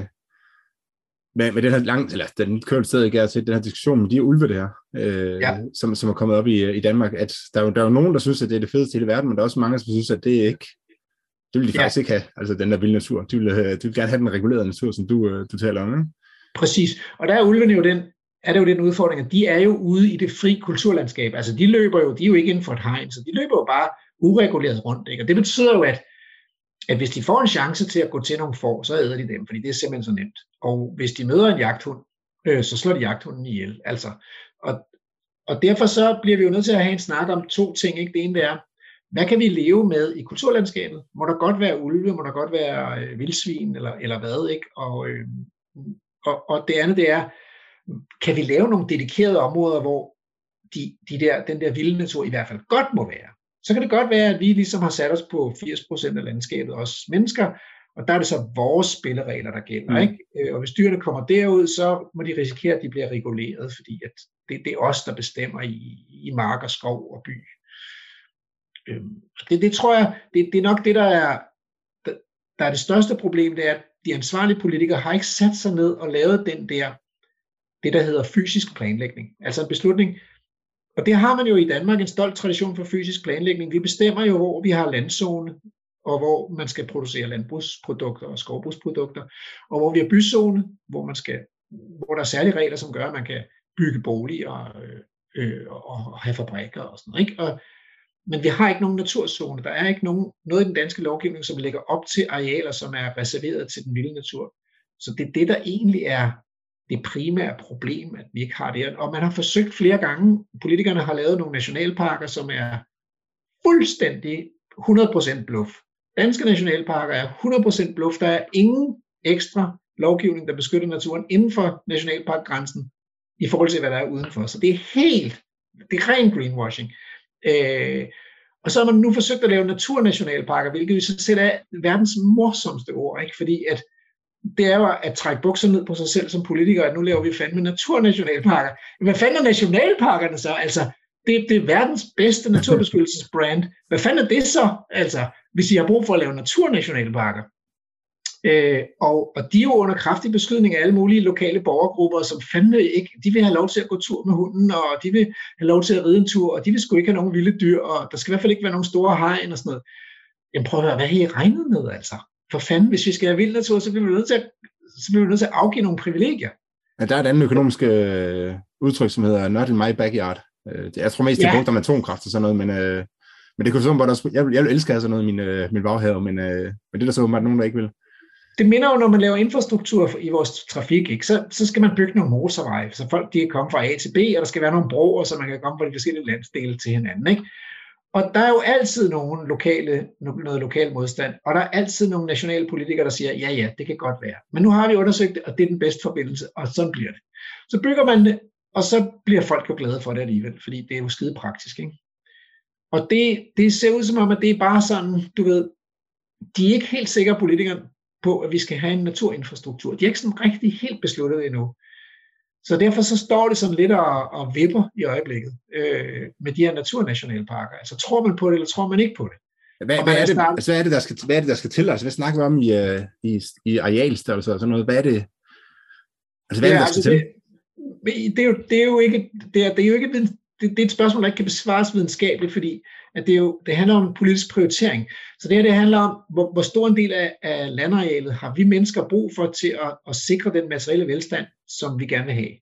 Speaker 2: med, med den her lang, eller den kørte stadig ikke til den her diskussion med de ulve der, øh, ja. som, som er kommet op i, i Danmark, at der er, jo, der er jo nogen, der synes, at det er det fedeste i hele verden, men der er også mange, som synes, at det ikke det vil de faktisk ja. ikke have, altså den der vilde natur. De vil, de vil gerne have den regulerede natur, som du, du taler om, ikke?
Speaker 3: Præcis. Og der er ulvene jo den, er det jo den udfordring, at de er jo ude i det fri kulturlandskab. Altså de løber jo, de er jo ikke inden for et hegn, så de løber jo bare ureguleret rundt, ikke? Og det betyder jo, at, at hvis de får en chance til at gå til nogle får, så æder de dem, fordi det er simpelthen så nemt. Og hvis de møder en jagthund, øh, så slår de jagthunden ihjel. Altså. Og, og derfor så bliver vi jo nødt til at have en snak om to ting, ikke? Det ene er, hvad kan vi leve med i kulturlandskabet? Må der godt være ulve, må der godt være øh, vildsvin, eller, eller hvad, ikke? Og, øh, og, og det andet, det er, kan vi lave nogle dedikerede områder, hvor de, de der, den der vilde natur i hvert fald godt må være? Så kan det godt være, at vi ligesom har sat os på firs procent af landskabet, os mennesker, og der er det så vores spilleregler, der gælder, mm. ikke? Og hvis dyrene kommer derud, så må de risikere, at de bliver reguleret, fordi at det, det er os, der bestemmer i, i mark og skov og by. Det, det tror jeg, det, det er nok det, der er, der er det største problem, det er, at de ansvarlige politikere har ikke sat sig ned og lavet den der, det der hedder fysisk planlægning. Altså en beslutning, og det har man jo i Danmark en stolt tradition for fysisk planlægning. Vi bestemmer jo, hvor vi har landzone, og hvor man skal producere landbrugsprodukter og skovbrugsprodukter, og hvor vi har byzone, hvor, man skal, hvor der er særlige regler, som gør, at man kan bygge boliger og, øh, og have fabrikker og sådan noget, ikke? Og men vi har ikke nogen naturzone. Der er ikke nogen, noget i den danske lovgivning, som lægger op til arealer, som er reserveret til den vilde natur. Så det er det, der egentlig er det primære problem, at vi ikke har det. Og man har forsøgt flere gange, politikerne har lavet nogle nationalparker, som er fuldstændig hundrede procent bluff. Danske nationalparker er hundrede procent bluff. Der er ingen ekstra lovgivning, der beskytter naturen inden for nationalparkgrænsen, i forhold til, hvad der er udenfor. Så det er helt, det er ren greenwashing. Øh, og så har man nu forsøgt at lave naturnationalparker, hvilket jo selv er verdens morsomste ord, ikke? Fordi at det er jo at trække bukser ned på sig selv som politiker, at nu laver vi fandme naturnationalparker. Men hvad fanden er nationalparkerne så? Altså, det, det er verdens bedste naturbeskyttelsesbrand. Hvad fanden er det så, altså, hvis I har brug for at lave naturnationalparker? Øh, og, og de er jo under kraftig beskydning af alle mulige lokale borgergrupper, som fandme ikke, de vil have lov til at gå tur med hunden, og de vil have lov til at ride en tur, og de vil sgu ikke have nogen vilde dyr, og der skal i hvert fald ikke være nogen store hegn og sådan noget. Jamen prøv at høre, hvad har I regnet med, altså? For fanden, hvis vi skal have vild natur, så bliver vi nødt til at, så bliver vi nødt til at afgive nogle privilegier.
Speaker 2: Ja, der er et andet økonomisk øh, udtryk, som hedder not in my backyard. Øh, jeg tror mest, det er brugt om atomkraft og sådan noget, men, øh, men det kunne så bare også, jeg, jeg vil elske at have sådan noget i min, øh, min baghave, men, øh, men det er der så åbenbart nogen, der ikke vil.
Speaker 3: Det minder jo, når man laver infrastruktur i vores trafik, ikke? Så, så skal man bygge nogle motorveje, så folk de kan komme fra A til B, og der skal være nogle broer, så man kan komme fra de forskellige landsdele til hinanden, ikke? Og der er jo altid nogle lokale, noget lokal modstand, og der er altid nogle nationale politikere, der siger, ja ja, det kan godt være. Men nu har vi undersøgt det, og det er den bedste forbindelse, og sådan bliver det. Så bygger man det, og så bliver folk jo glade for det alligevel, fordi det er jo skide praktisk, ikke? Og det, det ser ud som om, at det er bare sådan, du ved, de er ikke helt sikre, politikerne, på, at vi skal have en naturinfrastruktur. De er ikke sådan rigtig helt besluttet endnu. Så derfor så står det sådan lidt og, og vipper i øjeblikket øh, med de her naturnationalparker. Altså tror man på det, eller tror man ikke på det?
Speaker 2: Hvad, hvad, er, det altså, hvad, er, det, der skal, hvad er det, der skal til? Altså, hvad snakker vi om i, i, i arealstørrelse og sådan noget? Hvad er det, altså, hvad ja, er det, der skal altså,
Speaker 3: det, til? Det er, jo, det er jo ikke, det er, det er jo ikke det, det er et spørgsmål, der ikke kan besvares videnskabeligt, fordi at det, er jo, det handler om politisk prioritering. Så det her det handler om, hvor, hvor stor en del af, af landarealet har vi mennesker brug for til at, at sikre den materielle velstand, som vi gerne vil have.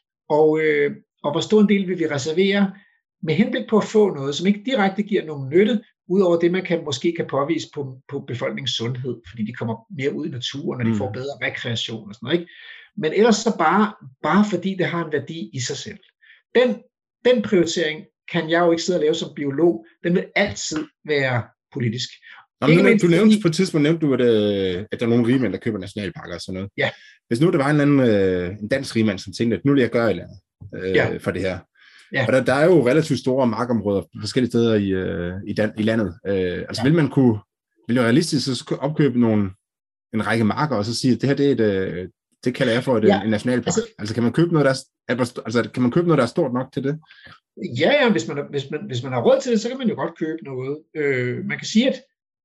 Speaker 3: Og, øh, og hvor stor en del vil vi reservere med henblik på at få noget, som ikke direkte giver nogen nytte, udover det, man kan, måske kan påvise på, på befolkningens sundhed, fordi de kommer mere ud i naturen, og de får bedre rekreation og sådan noget, ikke? Men ellers så bare, bare fordi det har en værdi i sig selv. Den, den prioritering kan jeg jo ikke sidde og lave som biolog. Den vil altid være politisk.
Speaker 2: Nå, du, nævnte, du nævnte på et tidspunkt, nævnte du, at, at der er nogle rigmænd, der køber nationalparker og sådan noget.
Speaker 3: Ja.
Speaker 2: Hvis nu der var en anden en dansk rigmand, som tænkte, at nu vil jeg gøre et eller andet øh, ja. for det her. Ja. Og der, der er jo relativt store markområder forskellige steder i, øh, i, dan, i landet. Øh, altså ja. vil man kunne, vil jo realistisk så opkøbe nogle, en række marker, og så sige, at det her det er et, øh, det kalder jeg for et, ja. en nationalpark. Altså, altså kan man købe noget, der er, altså kan man købe noget, der er stort nok til det?
Speaker 3: Ja, ja, hvis man, hvis, man, hvis man har råd til det, så kan man jo godt købe noget. Øh, man kan sige, at,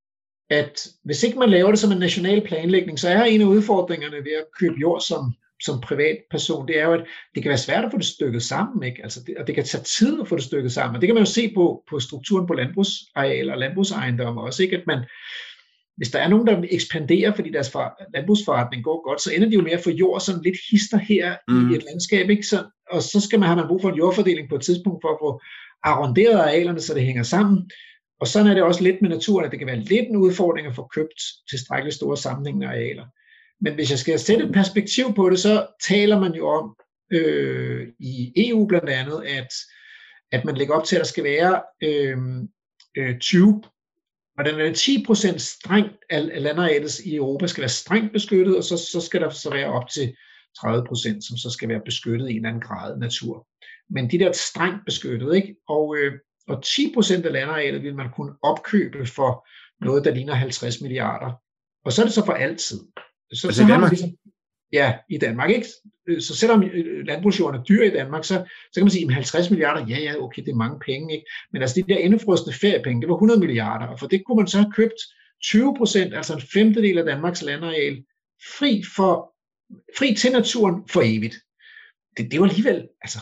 Speaker 3: at hvis ikke man laver det som en national planlægning, så er en af udfordringerne ved at købe jord som, som privatperson, det er jo, at det kan være svært at få det stykket sammen, ikke? Altså det, og det kan tage tid at få det stykket sammen. Og det kan man jo se på, på strukturen på landbrugsarealer og landbrugsejendomme også, ikke? At man, hvis der er nogen, der ekspanderer, fordi deres for, landbrugsforretning går godt, så ender de jo med at få jord sådan lidt hister her mm. i et landskab, ikke? Så, og så skal man have man brug for en jordfordeling på et tidspunkt for at få arronderet arealerne, så det hænger sammen. Og sådan er det også lidt med naturen, at det kan være lidt en udfordring at få købt tilstrækkeligt store sammenhængende arealer. Men hvis jeg skal sætte et perspektiv på det, så taler man jo om øh, i E U blandt andet, at, at man lægger op til, at der skal være øh, øh, tyve og den er ti procent strengt af landarealet i Europa skal være strengt beskyttet, og så, så skal der så være op til tredive procent, som så skal være beskyttet i en eller anden grad natur. Men de der strengt beskyttet, ikke? Og, øh, og ti procent af landarealet vil man kunne opkøbe for noget, der ligner halvtreds milliarder. Og så er det så for altid. Så,
Speaker 2: altså så i Danmark?
Speaker 3: Ligesom, ja, i Danmark, ikke? Så selvom landbrugsjorden er dyr i Danmark, så, så kan man sige, at halvtreds milliarder, ja, ja, okay, det er mange penge, ikke? Men altså de der indefrosne feriepenge, det var hundrede milliarder, og for det kunne man så have købt tyve procent, altså en femtedel af Danmarks landareal, fri, for, fri til naturen for evigt. Det, det var alligevel, altså,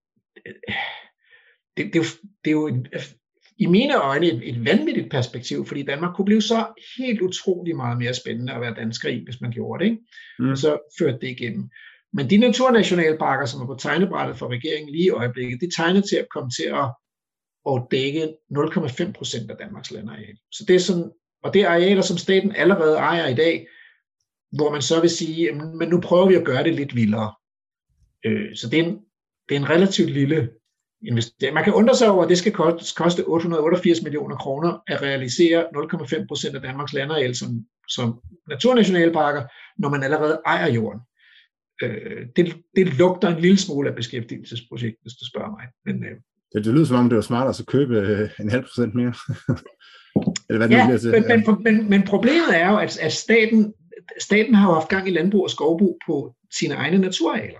Speaker 3: det, det, det, det er jo en, i mine øjne et, et vanvittigt perspektiv, fordi Danmark kunne blive så helt utrolig meget mere spændende at være dansker i, hvis man gjorde det, ikke? Mm. Og så førte det igennem. Men de naturnationalparker, som er på tegnebrættet for regeringen lige i øjeblikket, det tegner til at komme til at, at dække nul komma fem procent af Danmarks landareal. Så det er sådan, og det er arealer, som staten allerede ejer i dag, hvor man så vil sige, men nu prøver vi at gøre det lidt vildere. Så det er en, det er en relativt lille investering. Man kan undre sig over, at det skal koste otte hundrede og otteogfirs millioner kroner at realisere nul komma fem procent af Danmarks landareal som, som naturnationalparker, når man allerede ejer jorden. Øh, det, det lugter en lille smule af beskæftigelsesprojekt, hvis du spørger mig. Men, øh,
Speaker 2: det, det lyder som om, det var smartere at købe øh, en halv procent mere. Eller hvad
Speaker 3: ja,
Speaker 2: det
Speaker 3: men, men, men, men problemet er jo, at, at staten, staten har jo haft gang i landbrug og skovbrug på sine egne naturarealer.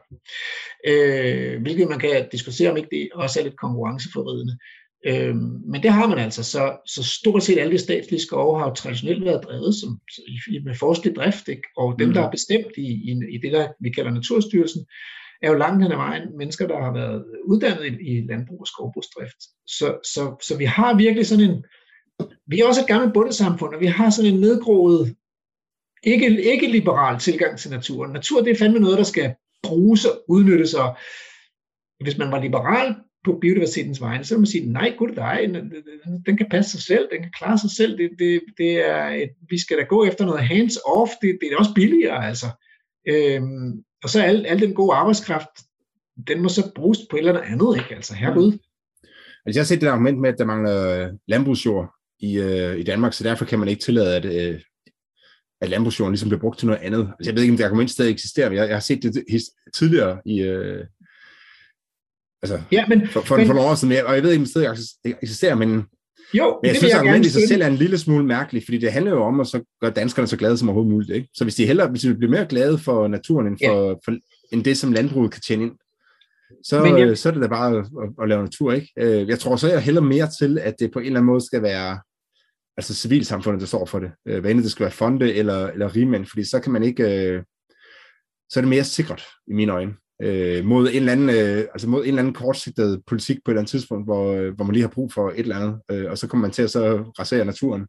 Speaker 3: Øh, hvilket man kan diskutere, om ikke det også er lidt konkurrenceforvridende. Øh, men det har man altså. Så, så stort set alle de statslige skove har jo traditionelt været drevet som, med forskelig drift, ikke? Og dem, der er bestemt i, i, i det, der vi kalder Naturstyrelsen, er jo langt hen ad vejen mennesker, der har været uddannet i, i landbrug og skovbrugsdrift. Så, så, så vi har virkelig sådan en, vi er også et gammelt bondesamfund, og vi har sådan en nedgroet, ikke, ikke liberal tilgang til naturen. Natur, det er fandme noget, der skal bruges og udnyttes, og hvis man var liberal på biodiversitetens vegne, så vil man sige, nej, gud dig, den kan passe sig selv, den kan klare sig selv, det, det, det er et, vi skal da gå efter noget hands-off, det, det er også billigere, altså. Øhm, og så al, al den gode arbejdskraft, den må så bruges på et eller andet, ikke? Altså, herregud.
Speaker 2: Altså, jeg har set det argument med, at der mangler landbrugsjord i, øh, i Danmark, så derfor kan man ikke tillade, at, øh, at landbrugsjorden ligesom bliver brugt til noget andet. Altså, jeg ved ikke, om det argument stadig eksisterer, men jeg, jeg har set det tidligere i... Øh, altså,
Speaker 3: ja, men,
Speaker 2: for, for,
Speaker 3: men,
Speaker 2: for nogle år siden, og jeg ved ikke, om det stadig eksisterer, men...
Speaker 3: Jo,
Speaker 2: men jeg synes, at argumentet i sig selv er en lille smule mærkeligt, fordi det handler jo om at så gøre danskerne så glade som overhovedet muligt. Ikke? Så hvis de hellere hvis de bliver mere glade for naturen, end, for, ja. for, end det, som landbruget kan tjene ind, så, jeg, så er det da bare at, at, at lave natur. Ikke? Jeg tror så, jeg hælder mere til, at det på en eller anden måde skal være altså civilsamfundet, der står for det. Hvad enten det skal være fonde eller, eller rigmænd, fordi så kan man ikke... Så er det mere sikkert, i mine øjne. Øh, mod en eller anden, øh, altså mod en eller anden kortsigtet politik på et eller andet tidspunkt, hvor, øh, hvor man lige har brug for et eller andet, øh, og så kommer man til at så rasere naturen.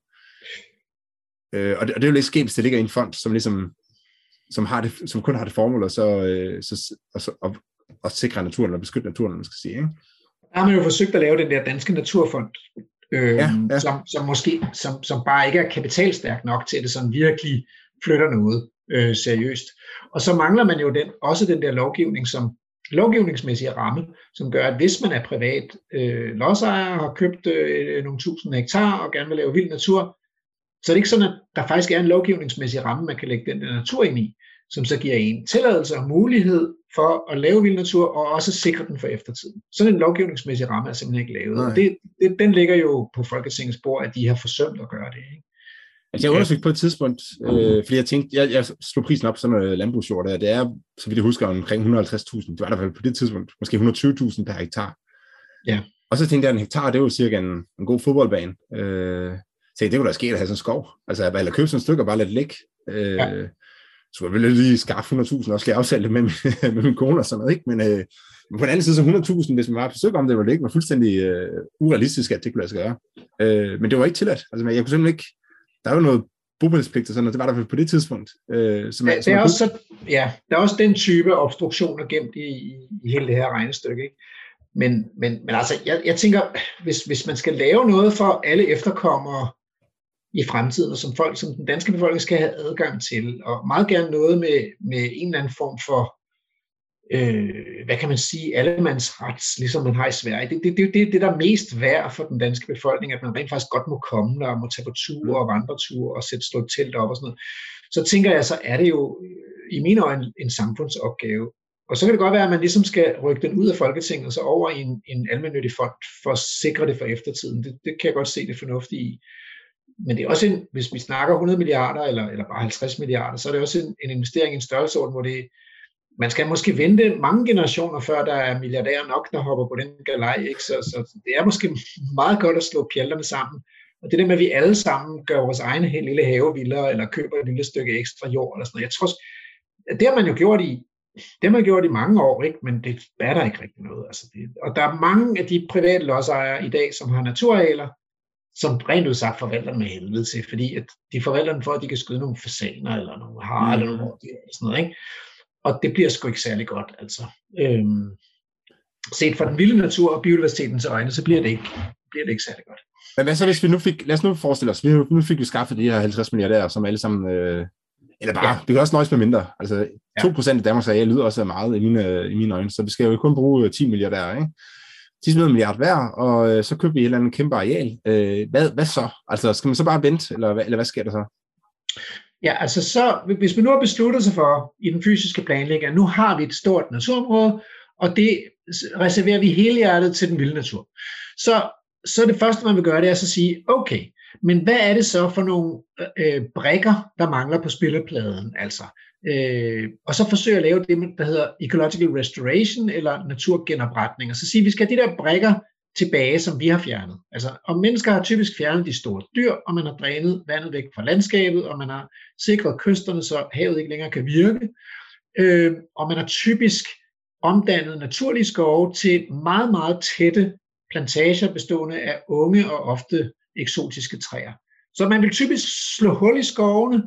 Speaker 2: Øh, og, det, og det er jo lidt skæmt, hvis det ligger i en fond, som ligesom, som har det, som kun har det formål, og så, øh, så og, så og, og sikre naturen, og beskytte naturen, man skal sige, ikke?
Speaker 3: Der har man jo forsøgt at lave den der danske naturfond, øh,
Speaker 2: ja, ja.
Speaker 3: Som, som måske, som, som bare ikke er kapitalstærk nok til, at det sådan virkelig flytter noget øh, seriøst. Og så mangler man jo den, også den der lovgivning, som lovgivningsmæssige ramme, som gør, at hvis man er privat øh, lodsejer og har købt øh, nogle tusind hektar og gerne vil lave vild natur, så er det ikke sådan, at der faktisk er en lovgivningsmæssig ramme, man kan lægge den der natur ind i, som så giver en tilladelse og mulighed for at lave vild natur og også sikre den for eftertiden. Sådan en lovgivningsmæssig ramme er simpelthen ikke lavet. Og det, det, den ligger jo på Folketingets bord, at de har forsømt at gøre det, ikke?
Speaker 2: Altså jeg undersøgte på et tidspunkt, øh, fordi jeg tænkte, jeg, jeg slog prisen op sådan noget landbrugsjord der, det er, så vidt jeg husker, omkring et hundrede og halvtreds tusind, det var der på det tidspunkt, måske et hundrede og tyve tusind per hektar.
Speaker 3: Ja.
Speaker 2: Og så tænkte jeg, en hektar, det er jo cirka en, en god fodboldbane. Øh, så det kunne da ske at have sådan en skov, altså eller købe sådan et stykke og bare lade det ligge. Øh, ja. Så jeg ville lige skaffe hundrede tusind, også lige afsætte det med, med min kone og sådan noget, ikke? Men øh, på den anden side så hundrede tusind, hvis man var på stykke om det, var det ikke var fuldstændig øh, urealistisk, at det kunne lade sig gøre. Øh, men det var ikke tilladt, altså jeg kunne simpelthen ikke, der er jo noget bopælspligt og sådan, og det var der på det tidspunkt. Øh, som
Speaker 3: ja,
Speaker 2: er,
Speaker 3: det
Speaker 2: som
Speaker 3: er
Speaker 2: er
Speaker 3: også så, ja, der er også den type obstruktioner gemt i, i, i hele det her regnestykke, ikke? Men, men, men altså, jeg, jeg tænker, hvis, hvis man skal lave noget for alle efterkommere i fremtiden, og som folk, som den danske befolkning skal have adgang til, og meget gerne noget med, med en eller anden form for, øh, hvad kan man sige, allemandsrets, ligesom man har i Sverige. Det er det, det, det, det, der er mest værd for den danske befolkning, at man rent faktisk godt må komme der, og må tage på ture og vandreture, og sætte stå telt op og sådan noget. Så tænker jeg, så er det jo i mine øjne en samfundsopgave. Og så kan det godt være, at man ligesom skal rykke den ud af Folketinget, og så over i en, en almennyttig fond, for at sikre det for eftertiden. Det, det kan jeg godt se det fornuftige i. Men det er også en, hvis vi snakker hundrede milliarder, eller, eller bare halvtreds milliarder, så er det også en, en investering i en størrelsesorden, hvor det, man skal måske vente mange generationer, før der er milliardærer nok, der hopper på den galej, ikke? Så, så det er måske meget godt at slå pjalterne sammen. Og det der med, at vi alle sammen gør vores egen lille have vildere, eller køber et lille stykke ekstra jord, eller sådan noget. Jeg tror, det har man jo gjort i, det har man gjort i mange år, ikke? Men det batter ikke rigtig noget. Altså det, og der er mange af de private lodsejere i dag, som har naturarealer, som rent udsagt forvalter med helvede til, fordi at de forvalter den for, at de kan skyde nogle fasaner, eller nogle har, mm. eller nogle rådyr, eller sådan noget, ikke? Og det bliver sgu ikke særlig godt, altså. Øhm, set fra den vilde natur og biodiversitetens øjne, så bliver det ikke, bliver det ikke særlig godt.
Speaker 2: Men hvad så, hvis vi nu fik, lad os nu forestille os, vi, nu fik vi skaffet de her halvtreds milliarder, som alle sammen, øh, eller bare, ja. Vi kan også nøjes med mindre, altså to procent af Danmarks areal lyder også meget i mine, i mine øjne, så vi skal jo kun bruge ti milliarder, ikke? ti milliarder hver, og øh, så køber vi et eller andet kæmpe areal. Øh, hvad, hvad så? Altså, skal man så bare vente, eller, eller hvad sker der så?
Speaker 3: Ja, altså så, hvis man nu har besluttet sig for, i den fysiske planlægning, at nu har vi et stort naturområde, og det reserverer vi helhjertet til den vilde natur. Så, så det første, man vil gøre, det er så at sige, okay, men hvad er det så for nogle øh, brikker, der mangler på spillepladen? Altså, Øh, og så forsøge at lave det, der hedder ecological restoration, eller naturgenopretning, og så sige, at vi skal have de der brikker tilbage, som vi har fjernet. Altså, og mennesker har typisk fjernet de store dyr, og man har drænet vandet væk fra landskabet, og man har sikret kysterne, så havet ikke længere kan virke. Øh, og man har typisk omdannet naturlige skove til meget, meget tætte plantager, bestående af unge og ofte eksotiske træer. Så man vil typisk slå hul i skovene,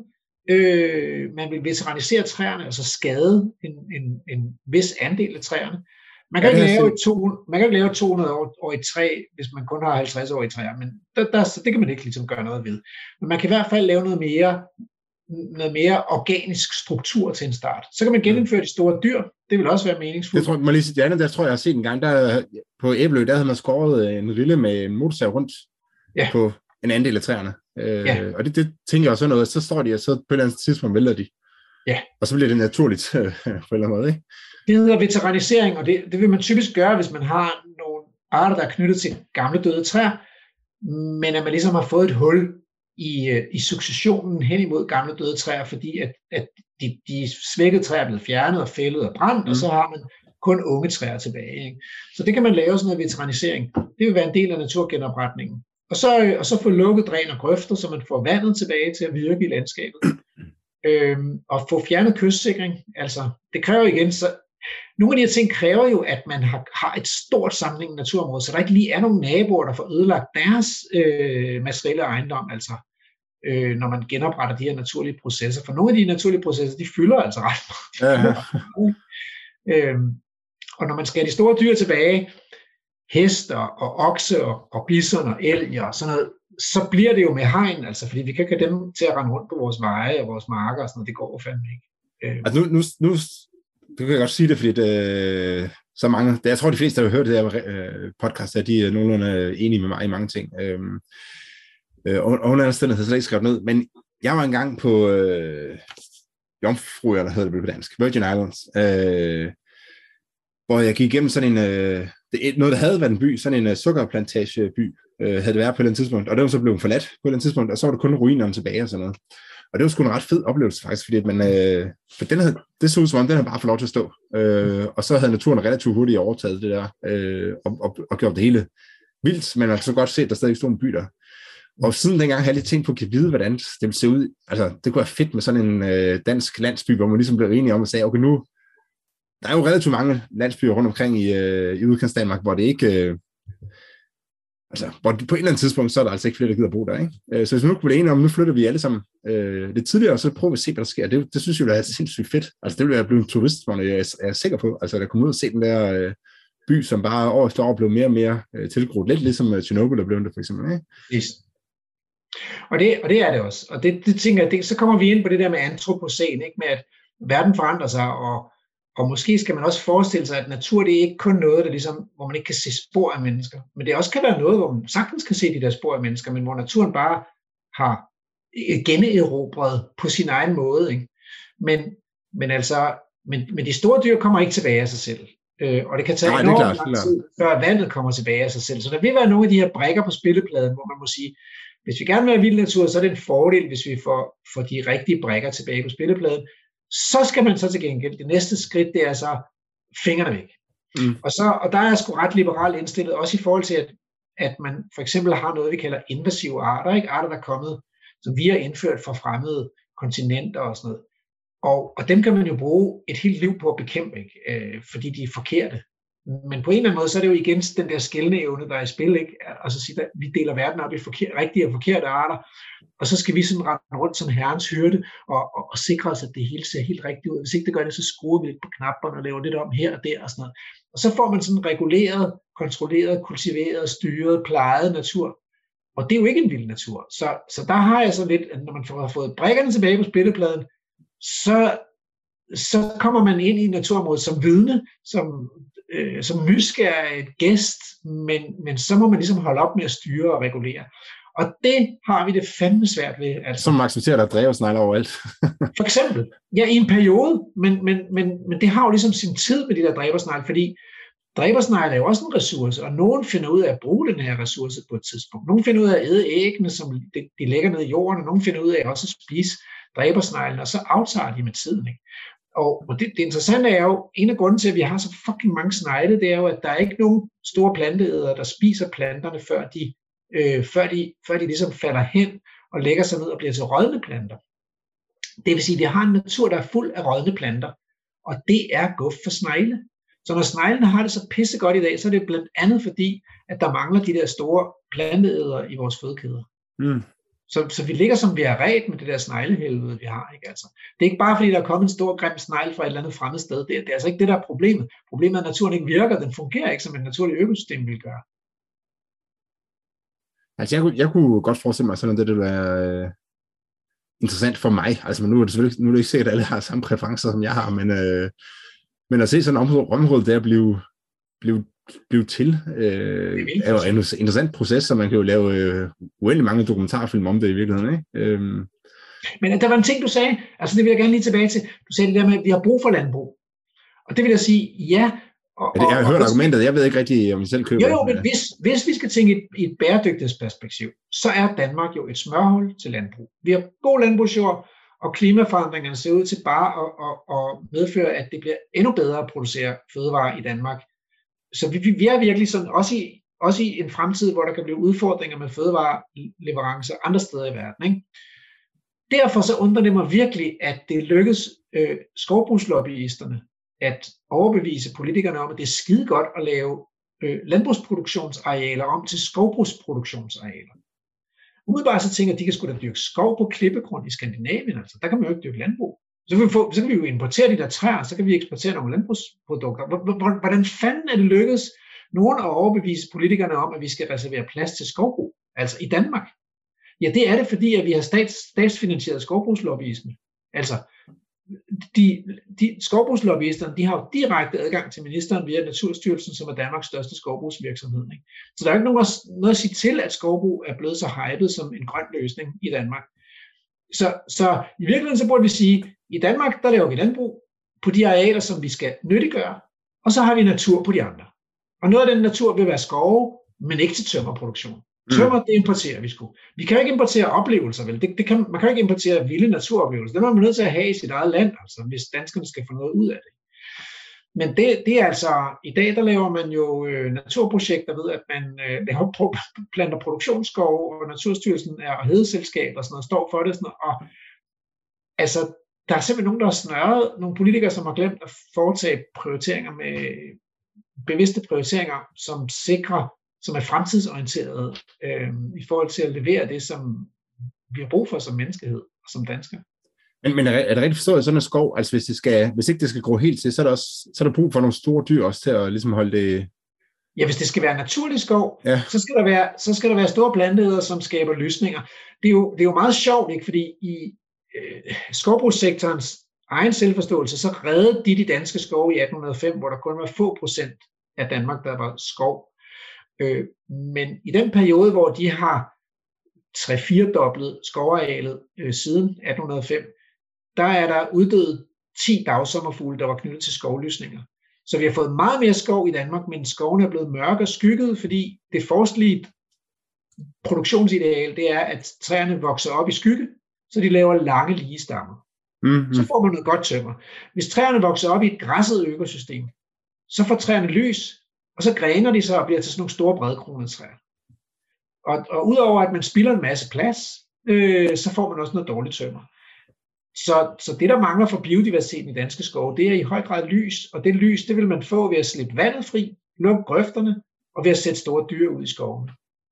Speaker 3: øh, man vil veteranisere træerne, altså skade en, en, en vis andel af træerne. Man kan, ja, ikke lave et to, man kan ikke lave et to hundrede år i træ, hvis man kun har halvtreds år i træer, men der, der, det kan man ikke ligesom gøre noget ved. Men man kan i hvert fald lave noget mere, noget mere organisk struktur til en start. Så kan man genindføre de store dyr. Det vil også være meningsfuldt.
Speaker 2: Jeg tror, Marlise, det andet, der tror jeg, jeg har set en gang, der på Æbelø, der havde man skåret en rille med en motorsav rundt, ja, på en anden del af træerne. Øh, ja. Og det, det tænker jeg også noget, så står de, og så på et eller andet tidspunkt vælter de.
Speaker 3: Ja. Og
Speaker 2: så bliver det naturligt på en eller anden måde, ikke?
Speaker 3: Det hedder veteranisering, og det, det vil man typisk gøre, hvis man har nogle arter, der er knyttet til gamle døde træer, men at man ligesom har fået et hul i, i successionen hen imod gamle døde træer, fordi at, at de, de svækkede træer er blevet fjernet og fældet og brændt, mm. og så har man kun unge træer tilbage. Ikke? Så det kan man lave sådan noget veteranisering. Det vil være en del af naturgenopretningen. Og så, og så få lukket dræn og grøfter, så man får vandet tilbage til at virke i landskabet. Øhm, og få fjernet kystsikring. Altså, det kræver igen, så nogle af de her ting kræver jo, at man har, har et stort sammenhængende naturområde, så der ikke lige er nogen naboer, der får ødelagt deres øh, materielle ejendom, altså øh, når man genopretter de her naturlige processer. For nogle af de naturlige processer, de fylder altså ret meget. Ja. øhm, og når man skal have de store dyr tilbage, hester og okse og, og bison og elg og sådan noget, så bliver det jo med hegn, altså, fordi vi kan ikke have dem til at rende rundt på vores veje og vores marker og sådan noget, det går jo fandme ikke. Øhm.
Speaker 2: Altså nu, nu, nu du kan godt sige det, fordi det, øh, så mange, jeg tror de fleste, der har hørt det her øh, podcast, at de er nogenlunde enige med mig i mange ting. Øh, øh, og under anden sted havde jeg slet ikke skrevet ned, men jeg var engang på øh, Jomfruøer, der hedder det på dansk, Virgin Islands, øh, hvor jeg gik igennem sådan en, øh, det, noget der havde været en by, sådan en uh, sukkerplantageby, øh, havde det været på et eller andet tidspunkt, og det var så blevet forladt på et eller andet tidspunkt, og så var der kun ruinerne tilbage og sådan noget. Og det var sgu en ret fed oplevelse faktisk, fordi at man, øh, for den havde, det så ud som om, den havde bare fået lov til at stå. Øh, og så havde naturen relativt hurtigt overtaget det der, øh, og, og, og gjort det hele vildt, men man kan så godt se, at der stadig stod en by der. Og siden dengang havde jeg lidt tænkt på, at jeg vide, hvordan det ville se ud. Altså, det kunne være fedt med sådan en øh, dansk landsby, hvor man ligesom blev enige om at sige, okay, nu, der er jo relativt mange landsbyer rundt omkring i, øh, i udkantsdanmark, hvor det ikke... Øh, Altså, på et eller andet tidspunkt, så er der altså ikke flere, der gider bo der, ikke? Så hvis vi nu kunne blive enige om, nu flytter vi alle sammen øh, lidt tidligere, og så prøver vi at se, hvad der sker. Det, det synes jeg jo, der er sindssygt fedt. Altså, det ville være blevet en turist, hvor jeg er, er sikker på. Altså, der kommer ud og se den der øh, by, som bare år efter år blev mere og mere øh, tilgroet. Lidt ligesom uh, Chernobyl er blevet det, for eksempel, ikke?
Speaker 3: Yes. Og det, og det er det også. Og det, det tænker jeg, det, så kommer vi ind på det der med antropocæn, ikke? Med at verden forandrer sig, og Og måske skal man også forestille sig, at natur det er ikke kun noget, der ligesom, hvor man ikke kan se spor af mennesker. Men det også kan være noget, hvor man sagtens kan se de der spor af mennesker, men hvor naturen bare har generobret på sin egen måde. Ikke? Men, men, altså, men, men de store dyr kommer ikke tilbage af sig selv. Øh, og det kan tage enormt lang tid, før vandet kommer tilbage af sig selv. Så der vil være nogle af de her brikker på spillepladen, hvor man må sige, hvis vi gerne vil have vild natur, så er det en fordel, hvis vi får, får de rigtige brikker tilbage på spillepladen. Så skal man så til gengæld, det næste skridt, det er så fingrene væk. Mm. Og, så, og der er jeg sgu ret liberalt indstillet, også i forhold til, at, at man for eksempel har noget, vi kalder invasive arter, ikke? Arter, der er kommet, som vi har indført fra fremmede kontinenter og sådan noget. Og, og dem kan man jo bruge et helt liv på at bekæmpe, ikke? Øh, fordi de er forkerte. Men på en eller anden måde, så er det jo igen den der skelne evne, der er i spil, ikke? Altså sige, at vi deler verden op i forkerte, rigtige og forkerte arter, og så skal vi sådan rette rundt som herrens hyrde, og, og, og sikre os, at det hele ser helt rigtigt ud. Hvis ikke det gør det, så skruer vi lidt på knapperne og laver lidt om her og der og sådan noget. Og så får man sådan reguleret, kontrolleret, kultiveret, styret, plejet natur. Og det er jo ikke en vild natur. Så, så der har jeg så lidt, at når man har fået brikkerne tilbage på spillepladen, så, så kommer man ind i naturområdet som vidne, som øh, som nysgerrig gæst, men, men så må man ligesom holde op med at styre og regulere. Og det har vi det fandme svært ved. Altså.
Speaker 2: Som accepterer, der er dræbersnegle overalt.
Speaker 3: For eksempel. Ja, i en periode, men, men, men, men det har jo ligesom sin tid med de der dræbersnegle, fordi dræbersnegle er jo også en ressource, og nogen finder ud af at bruge den her ressource på et tidspunkt. Nogen finder ud af at æde æggene, som de, de lægger ned i jorden, og nogen finder ud af også at spise dræber sneglene, og så aftager de med tiden. Ikke? Og, og det, det interessante er jo, en af grunden til, at vi har så fucking mange snegle, det er jo, at der er ikke nogen store planteædere, der spiser planterne, før de, øh, før de, før de ligesom falder hen og lægger sig ned og bliver til rådne planter. Det vil sige, at vi har en natur, der er fuld af rådne planter, og det er guf for snegle. Så når sneglene har det så pissegodt i dag, så er det blandt andet fordi, at der mangler de der store planteædere i vores fødekæder. Mm. Så, så vi ligger som vi er ret med det der sneglehelvede, vi har. Ikke? Altså, det er ikke bare fordi, der er kommet en stor grim snegl fra et eller andet fremmed sted. Det er, det er altså ikke det, der er problemet. Problemet er, at naturen ikke virker. Den fungerer ikke, som et naturligt økosystem vil gøre.
Speaker 2: Altså, jeg kunne, jeg kunne godt forestille mig sådan, at det ville være øh, interessant for mig. Altså, men nu er det selvfølgelig nu er det ikke sikkert, at alle har samme præferencer, som jeg har, men, øh, men at se sådan et område der blive, blive, blive til, øh, er jo en interessant proces, så man kan jo lave øh, uendelig mange dokumentarfilm om det i virkeligheden, ikke? Øhm.
Speaker 3: Men der var en ting, du sagde, altså det vil jeg gerne lige tilbage til. Du sagde det der med, at vi har brug for landbrug. Og det vil jeg sige, ja. Og,
Speaker 2: ja det, jeg har hørt argumentet, jeg ved ikke rigtig, om I selv køber.
Speaker 3: Jo, jo, men hvis, hvis vi skal tænke i et, i et bæredygtighedsperspektiv, så er Danmark jo et smørhul til landbrug. Vi har god landbrugsjord, og klimaforandringerne ser ud til bare at, at, at medføre, at det bliver endnu bedre at producere fødevarer i Danmark. Så vi, vi er virkelig sådan, også i, også i en fremtid, hvor der kan blive udfordringer med fødevareleverancer andre steder i verden. Ikke? Derfor så undrer det mig virkelig, at det lykkes øh, skovbrugslobbyisterne at overbevise politikerne om, at det er skide godt at lave øh, landbrugsproduktionsarealer om til skovbrugsproduktionsarealer. Umiddelbart så tænker jeg, at de kan sgu da dyrke skov på klippegrund i Skandinavien, altså der kan man jo ikke dyrke landbrug. Så kan, vi få, så kan vi jo importere de der træer, så kan vi eksportere nogle landbrugsprodukter. Hvordan fanden er det lykkedes nogen at overbevise politikerne om, at vi skal reservere plads til skovbrug, altså i Danmark? Ja, det er det, fordi at vi har stats, statsfinansieret skovbrugslobbyisme. Altså, de, de skovbrugslobbyisterne, de har jo direkte adgang til ministeren via Naturstyrelsen, som er Danmarks største skovbrugsvirksomhed. Ikke? Så der er ikke nogen, noget at sige til, at skovbrug er blevet så hypet som en grøn løsning i Danmark. Så, så i virkeligheden så burde vi sige, i Danmark, der laver vi landbrug på de arealer, som vi skal nyttiggøre, og så har vi natur på de andre. Og noget af den natur vil være skove, men ikke til tømmerproduktion. Tømmer, det importerer vi sgu. Vi kan ikke importere oplevelser, vel? Det, det kan, man kan ikke importere vilde naturoplevelser. Det er man nødt til at have i sit eget land, altså, hvis danskerne skal få noget ud af det. Men det, det er altså, i dag der laver man jo øh, naturprojekter ved, at man øh, laver, planter produktionsskov, og Naturstyrelsen er og hedeselskab og sådan noget, står for det. Sådan noget, og altså, der er simpelthen nogen, der har snørret, nogle politikere, som har glemt at foretage prioriteringer med bevidste prioriteringer, som sikrer, som er fremtidsorienterede øh, i forhold til at levere det, som vi har brug for som menneskehed og som danskere.
Speaker 2: Men, men er, er det rigtigt forstået, at sådan en skov, altså hvis, det skal, hvis ikke det skal gro helt til, så er der også så er der brug for nogle store dyr også til at ligesom holde det...
Speaker 3: Ja, hvis det skal være naturlig skov,
Speaker 2: ja.
Speaker 3: så, skal der være, så skal der være store planteædere, som skaber lysninger. Det er jo, det er jo meget sjovt, ikke? Fordi i øh, skovbrugssektorens egen selvforståelse, så reddede de de danske skove i atten hundrede og fem, hvor der kun var få procent af Danmark, der var skov. Øh, men i den periode, hvor de har tre-fire doblet skovarealet øh, siden atten hundrede og fem, der er der uddøet ti dagsommerfugle, der var knyttet til skovlysninger. Så vi har fået meget mere skov i Danmark, men skoven er blevet mørk og skygget, fordi det forstlige produktionsideal, det er, at træerne vokser op i skygge, så de laver lange lige stammer. Mm-hmm. Så får man noget godt tømmer. Hvis træerne vokser op i et græsset økosystem, så får træerne lys, og så græner de sig og bliver til sådan nogle store bredkronede træer. Og, og udover at man spilder en masse plads, øh, så får man også noget dårligt tømmer. Så, så det, der mangler for biodiversiteten i danske skove, det er i høj grad lys, og det lys, det vil man få ved at slippe vandet fri, lukke grøfterne, og ved at sætte store dyr ud i skoven.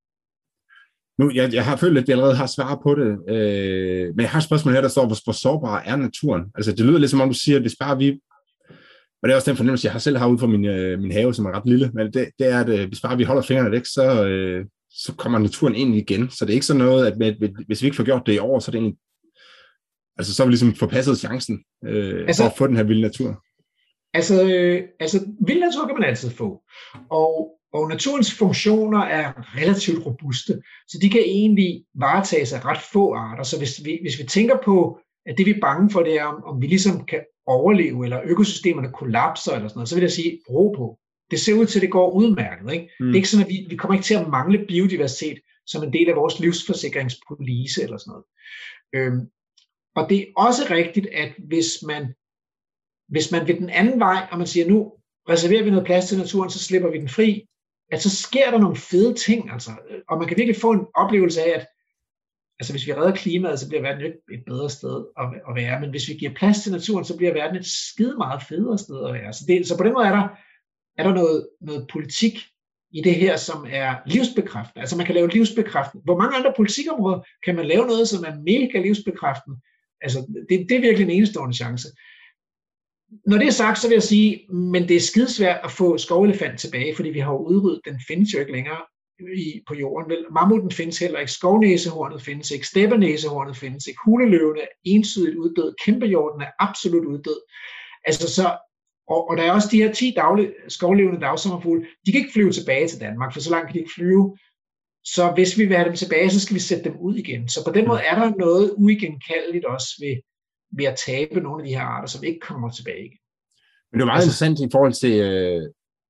Speaker 2: Nu, jeg, jeg har følt, at jeg allerede har svaret på det, øh, men jeg har et spørgsmål her, der står, hvor, hvor sårbar er naturen? Altså, det lyder lidt som om, du siger, at det sparer vi, og det er også den fornemmelse, jeg har selv har ude for min, øh, min have, som er ret lille, men det, det er, at øh, hvis bare vi holder fingrene væk, så, øh, så kommer naturen ind igen. Så det er ikke sådan noget, at med, hvis vi ikke får gjort det i år, så er det egentlig, altså så har vi ligesom forpasset chancen øh, altså, for at få den her vilde natur.
Speaker 3: Altså, øh, altså vild natur kan man altid få, og, og naturens funktioner er relativt robuste, så de kan egentlig varetages af ret få arter. Så hvis vi, hvis vi tænker på, at det vi er bange for, det er, om, om vi ligesom kan overleve, eller økosystemerne kollapser, eller sådan noget, så vil jeg sige, ro på. Det ser ud til, at det går udmærket. Ikke? Mm. Det er ikke sådan, at vi, vi kommer ikke til at mangle biodiversitet som en del af vores livsforsikringspolice, eller sådan noget. Øhm, Og det er også rigtigt, at hvis man, hvis man vil den anden vej, og man siger, nu reserverer vi noget plads til naturen, så slipper vi den fri, at så sker der nogle fede ting, altså. Og man kan virkelig få en oplevelse af, at altså, hvis vi redder klimaet, så bliver verden jo ikke et bedre sted at, at være, men hvis vi giver plads til naturen, så bliver verden et skide meget federe sted at være. Så, det, så på den måde er der, er der noget, noget politik i det her, som er livsbekræftende. Altså man kan lave livsbekræftende. Hvor mange andre politikområder kan man lave noget, som er mega livsbekræftende? Altså det, det er virkelig en enestående chance. Når det er sagt, så vil jeg sige, men det er skidesvært at få skovelefant tilbage, fordi vi har jo udryddet, den findes jo ikke længere i, på jorden. Vel, mammuten findes heller ikke, skovnæsehornet findes ikke, steppenæsehornet findes ikke, huleløven er entydigt uddød, kæmpehjorten er absolut uddød. Altså så, og, og der er også de her ti daglige, skovlevende dagsommerfugle, de kan ikke flyve tilbage til Danmark, for så langt kan de ikke flyve. Så hvis vi vil have dem tilbage, så skal vi sætte dem ud igen. Så på den måde er der noget uigenkaldeligt også ved, ved at tabe nogle af de her arter, som ikke kommer tilbage igen.
Speaker 2: Men det er meget altså, interessant i forhold til øh,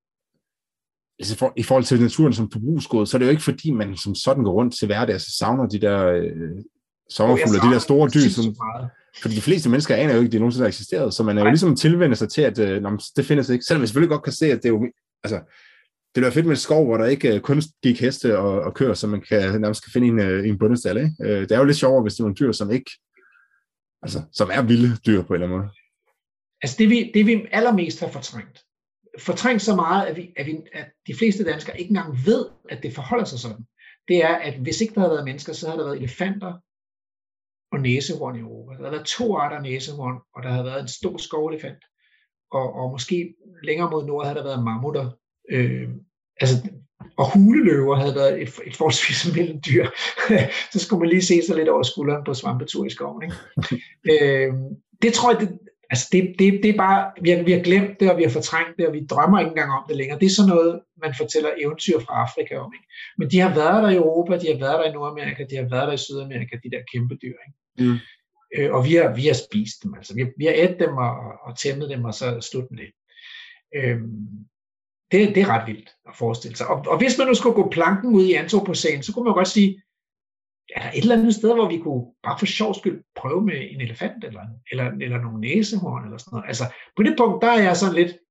Speaker 2: altså for, i forhold til naturen som forbrugsgode, så er det jo ikke fordi, man som sådan går rundt til hverdag, altså savner de der øh, sommerfugle, de der store dyr, som, fordi de fleste mennesker aner jo ikke, at de nogensinde har eksisteret, så man er jo ligesom tilvænnet sig til, at øh, det findes ikke, selvom jeg selvfølgelig godt kan se, at det er jo, altså, det er fedt med et skov, hvor der ikke kun gik heste og, og køer, så man kan nærmest kan finde en, en bondestal, ikke? Det er jo lidt sjovere, hvis det er nogle dyr, som ikke, altså, som er vilde dyr på en eller anden måde.
Speaker 3: Altså det vi, det vi allermest har fortrængt, fortrængt så meget, at, vi, at, vi, at de fleste danskere ikke engang ved, at det forholder sig sådan, det er, at hvis ikke der havde været mennesker, så havde der været elefanter og næsehorn i Europa. Der havde været to arter af næsehorn, og der havde været en stor skovelefant, og, og måske længere mod nord havde der været mammutter. Øh, altså, og huleløver havde været et, et forholdsvis mildt dyr. Så skulle man lige se sig lidt over skulderen på svampetur i skoven. Ikke? øh, det tror jeg, det, altså det, det, det er bare, vi har, vi har glemt det, og vi har fortrængt det, og vi drømmer ikke engang om det længere. Det er sådan noget, man fortæller eventyr fra Afrika om. Ikke? Men de har været der i Europa, de har været der i Nordamerika, de har været der i Sydamerika, de der kæmpe dyr. Ikke? Mm. Øh, og vi har, vi har spist dem. Altså. Vi, vi har ædt dem og, og tæmmet dem, og så slut med det. Øh, Det, det er ret vildt at forestille sig. Og, og hvis man nu skulle gå planken ud i antropocæn, så kunne man godt sige, er der et eller andet sted, hvor vi kunne bare for sjov skyld prøve med en elefant, eller, eller, eller nogle næsehorn, eller sådan noget. Altså, på det punkt, der er jeg sådan lidt,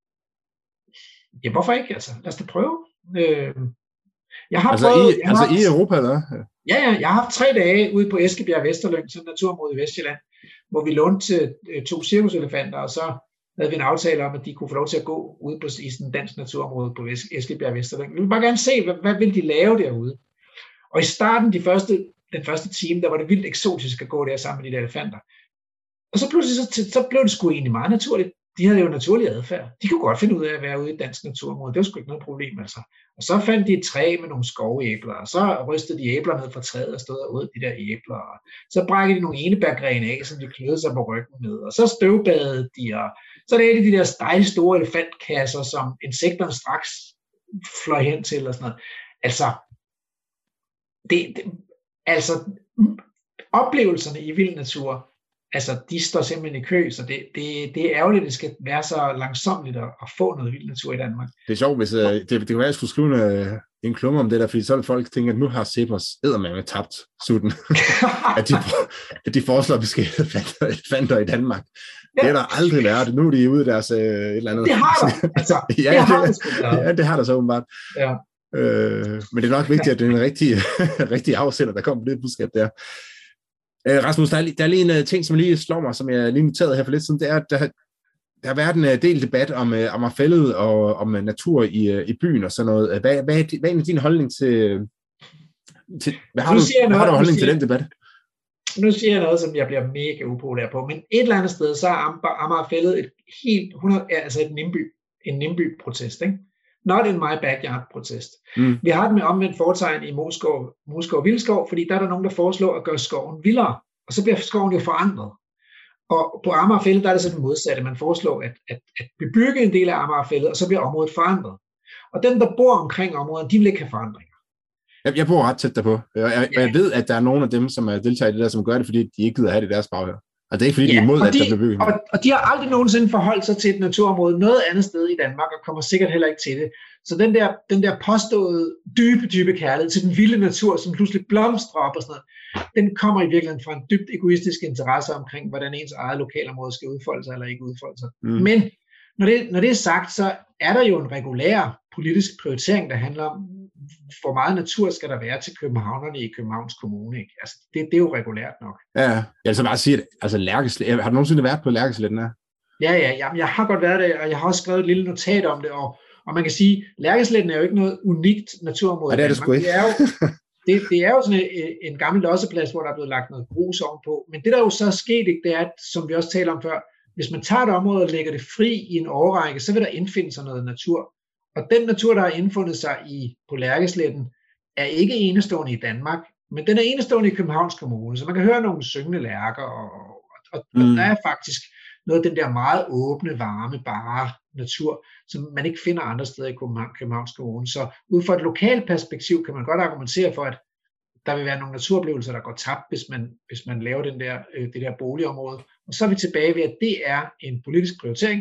Speaker 3: ja, hvorfor ikke, altså? Lad os da prøve. Øh, jeg har
Speaker 2: altså
Speaker 3: prøvet,
Speaker 2: i,
Speaker 3: jeg
Speaker 2: altså
Speaker 3: har,
Speaker 2: i Europa, eller?
Speaker 3: Ja, ja, jeg har haft tre dage ude på Eskebjerg Vesterlyng, som naturområde i Vestjylland, hvor vi lånte øh, to cirkuselefanter, og så havde vi en aftale om, at de kunne få lov til at gå ude på i sådan dansk naturområde på Eskebjerg Vesterlyng. Vi vil bare gerne se, hvad, hvad vil de lave derude. Og i starten, de første, den første time, der var det vildt eksotisk at gå der sammen med de der elefanter. Og så pludselig, så, så blev det sgu egentlig meget naturligt. De havde jo naturlig adfærd. De kunne godt finde ud af at være ude i et dansk naturområde. Det var sgu ikke noget problem, altså. Og så fandt de et træ med nogle skoveæbler, og så rystede de æbler ned fra træet og stod og åd de der æbler. Og så brækkede de nogle enebærgrene af, som de kløede sig på ryggen med. Og så støvbadede de, og så lagde de de der stejle store elefantkasser, som insekterne straks fløj hen til og sådan noget. Altså, det, det, altså oplevelserne i vild natur, altså de står simpelthen i kø, så det, det, det er ærgerligt, at det skal være så langsomligt at, at få noget vild natur i Danmark.
Speaker 2: Det er sjovt, hvis uh, det, det kan være, at jeg skulle skrive en, en klumme om det der, fordi så er det folk, der tænker, at nu har Cepos eddermame tabt sutten. at, de, at de foreslår, at vi skal have elefanter i Danmark. Ja. Det er der aldrig været. Nu er de ude af deres uh, et eller andet.
Speaker 3: Det har der, altså.
Speaker 2: ja,
Speaker 3: det, har
Speaker 2: det,
Speaker 3: det,
Speaker 2: ja, det har der så åbenbart.
Speaker 3: Ja.
Speaker 2: Øh, men det er nok vigtigt, at det er en rigtig, rigtig afsender, der kommer på det budskab der. Øh, Rasmus, der er, der er lige en ting, som lige slår mig, som jeg lige noteret her for lidt siden, det er, at der, der har været en del debat om Amagerfælled og om natur i, i byen og sådan noget. Hvad, hvad, er, hvad er din holdning til, til hvad har du,
Speaker 3: noget,
Speaker 2: hvad har du holdning
Speaker 3: siger,
Speaker 2: til den debat?
Speaker 3: Nu siger jeg noget, som jeg bliver mega upopulær på, men et eller andet sted, så er Amagerfælled et helt hundrede, altså et nimby, en nimby-protest, ikke? Not in my backyard-protest. Mm. Vi har det med omvendt foretegn i Moskov, Moskov Vildskov, fordi der er der nogen, der foreslår at gøre skoven vildere, og så bliver skoven jo forandret. Og på Amagerfælled, der er det sådan modsatte. Man foreslår at, at, at bebygge en del af Amagerfælled, og så bliver området forandret. Og dem, der bor omkring området, de vil ikke have forandringer.
Speaker 2: Jeg, jeg bor ret tæt derpå, og jeg, ja. jeg ved, at der er nogle af dem, som er deltager i det der, som gør det, fordi de ikke gider have det i deres baghør. Og det er ikke fordi, ja, de er imod,
Speaker 3: de,
Speaker 2: at der bliver bygget.
Speaker 3: Og, og de har aldrig nogensinde forholdt sig til et naturområde noget andet sted i Danmark, og kommer sikkert heller ikke til det. Så den der, den der påståede dybe, dybe kærlighed til den vilde natur, som pludselig blomstrer op og sådan noget, den kommer i virkeligheden fra en dybt egoistisk interesse omkring, hvordan ens eget lokalområde skal udfolde sig eller ikke udfolde sig. Mm. Men når det, når det er sagt, så er der jo en regulær politisk prioritering, der handler om, hvor meget natur skal der være til københavnerne i Københavns Kommune. Ikke? Altså, det, det er jo regulært nok.
Speaker 2: Ja, jeg vil så bare sige, at altså, Lærkesletten, har du nogensinde været på Lærkesletten? Ja,
Speaker 3: ja, ja jeg, jeg har godt været der, og jeg har også skrevet et lille notat om det, og, og man kan sige, Lærkesletten er jo ikke noget unikt naturområde.
Speaker 2: Ja, det er det sgu ikke.
Speaker 3: Det er jo, det, det er jo sådan en, en gammel losseplads, hvor der er blevet lagt noget grus ovenpå. Men det, der jo så er sket, ikke, det er, at, som vi også talte om før, hvis man tager et område og lægger det fri i en årrække, så vil der indfinde sig noget natur. Og den natur, der har indfundet sig i, på Lærkesletten, er ikke enestående i Danmark, men den er enestående i Københavns Kommune, så man kan høre nogle syngende lærker, og, og, og mm. der er faktisk noget af den der meget åbne, varme, bare natur, som man ikke finder andre steder i Københavns Kommune. Så ud fra et lokalt perspektiv kan man godt argumentere for, at der vil være nogle naturoplevelser, der går tabt, hvis man, hvis man laver den der, det der boligområde. Og så er vi tilbage ved, at det er en politisk prioritering.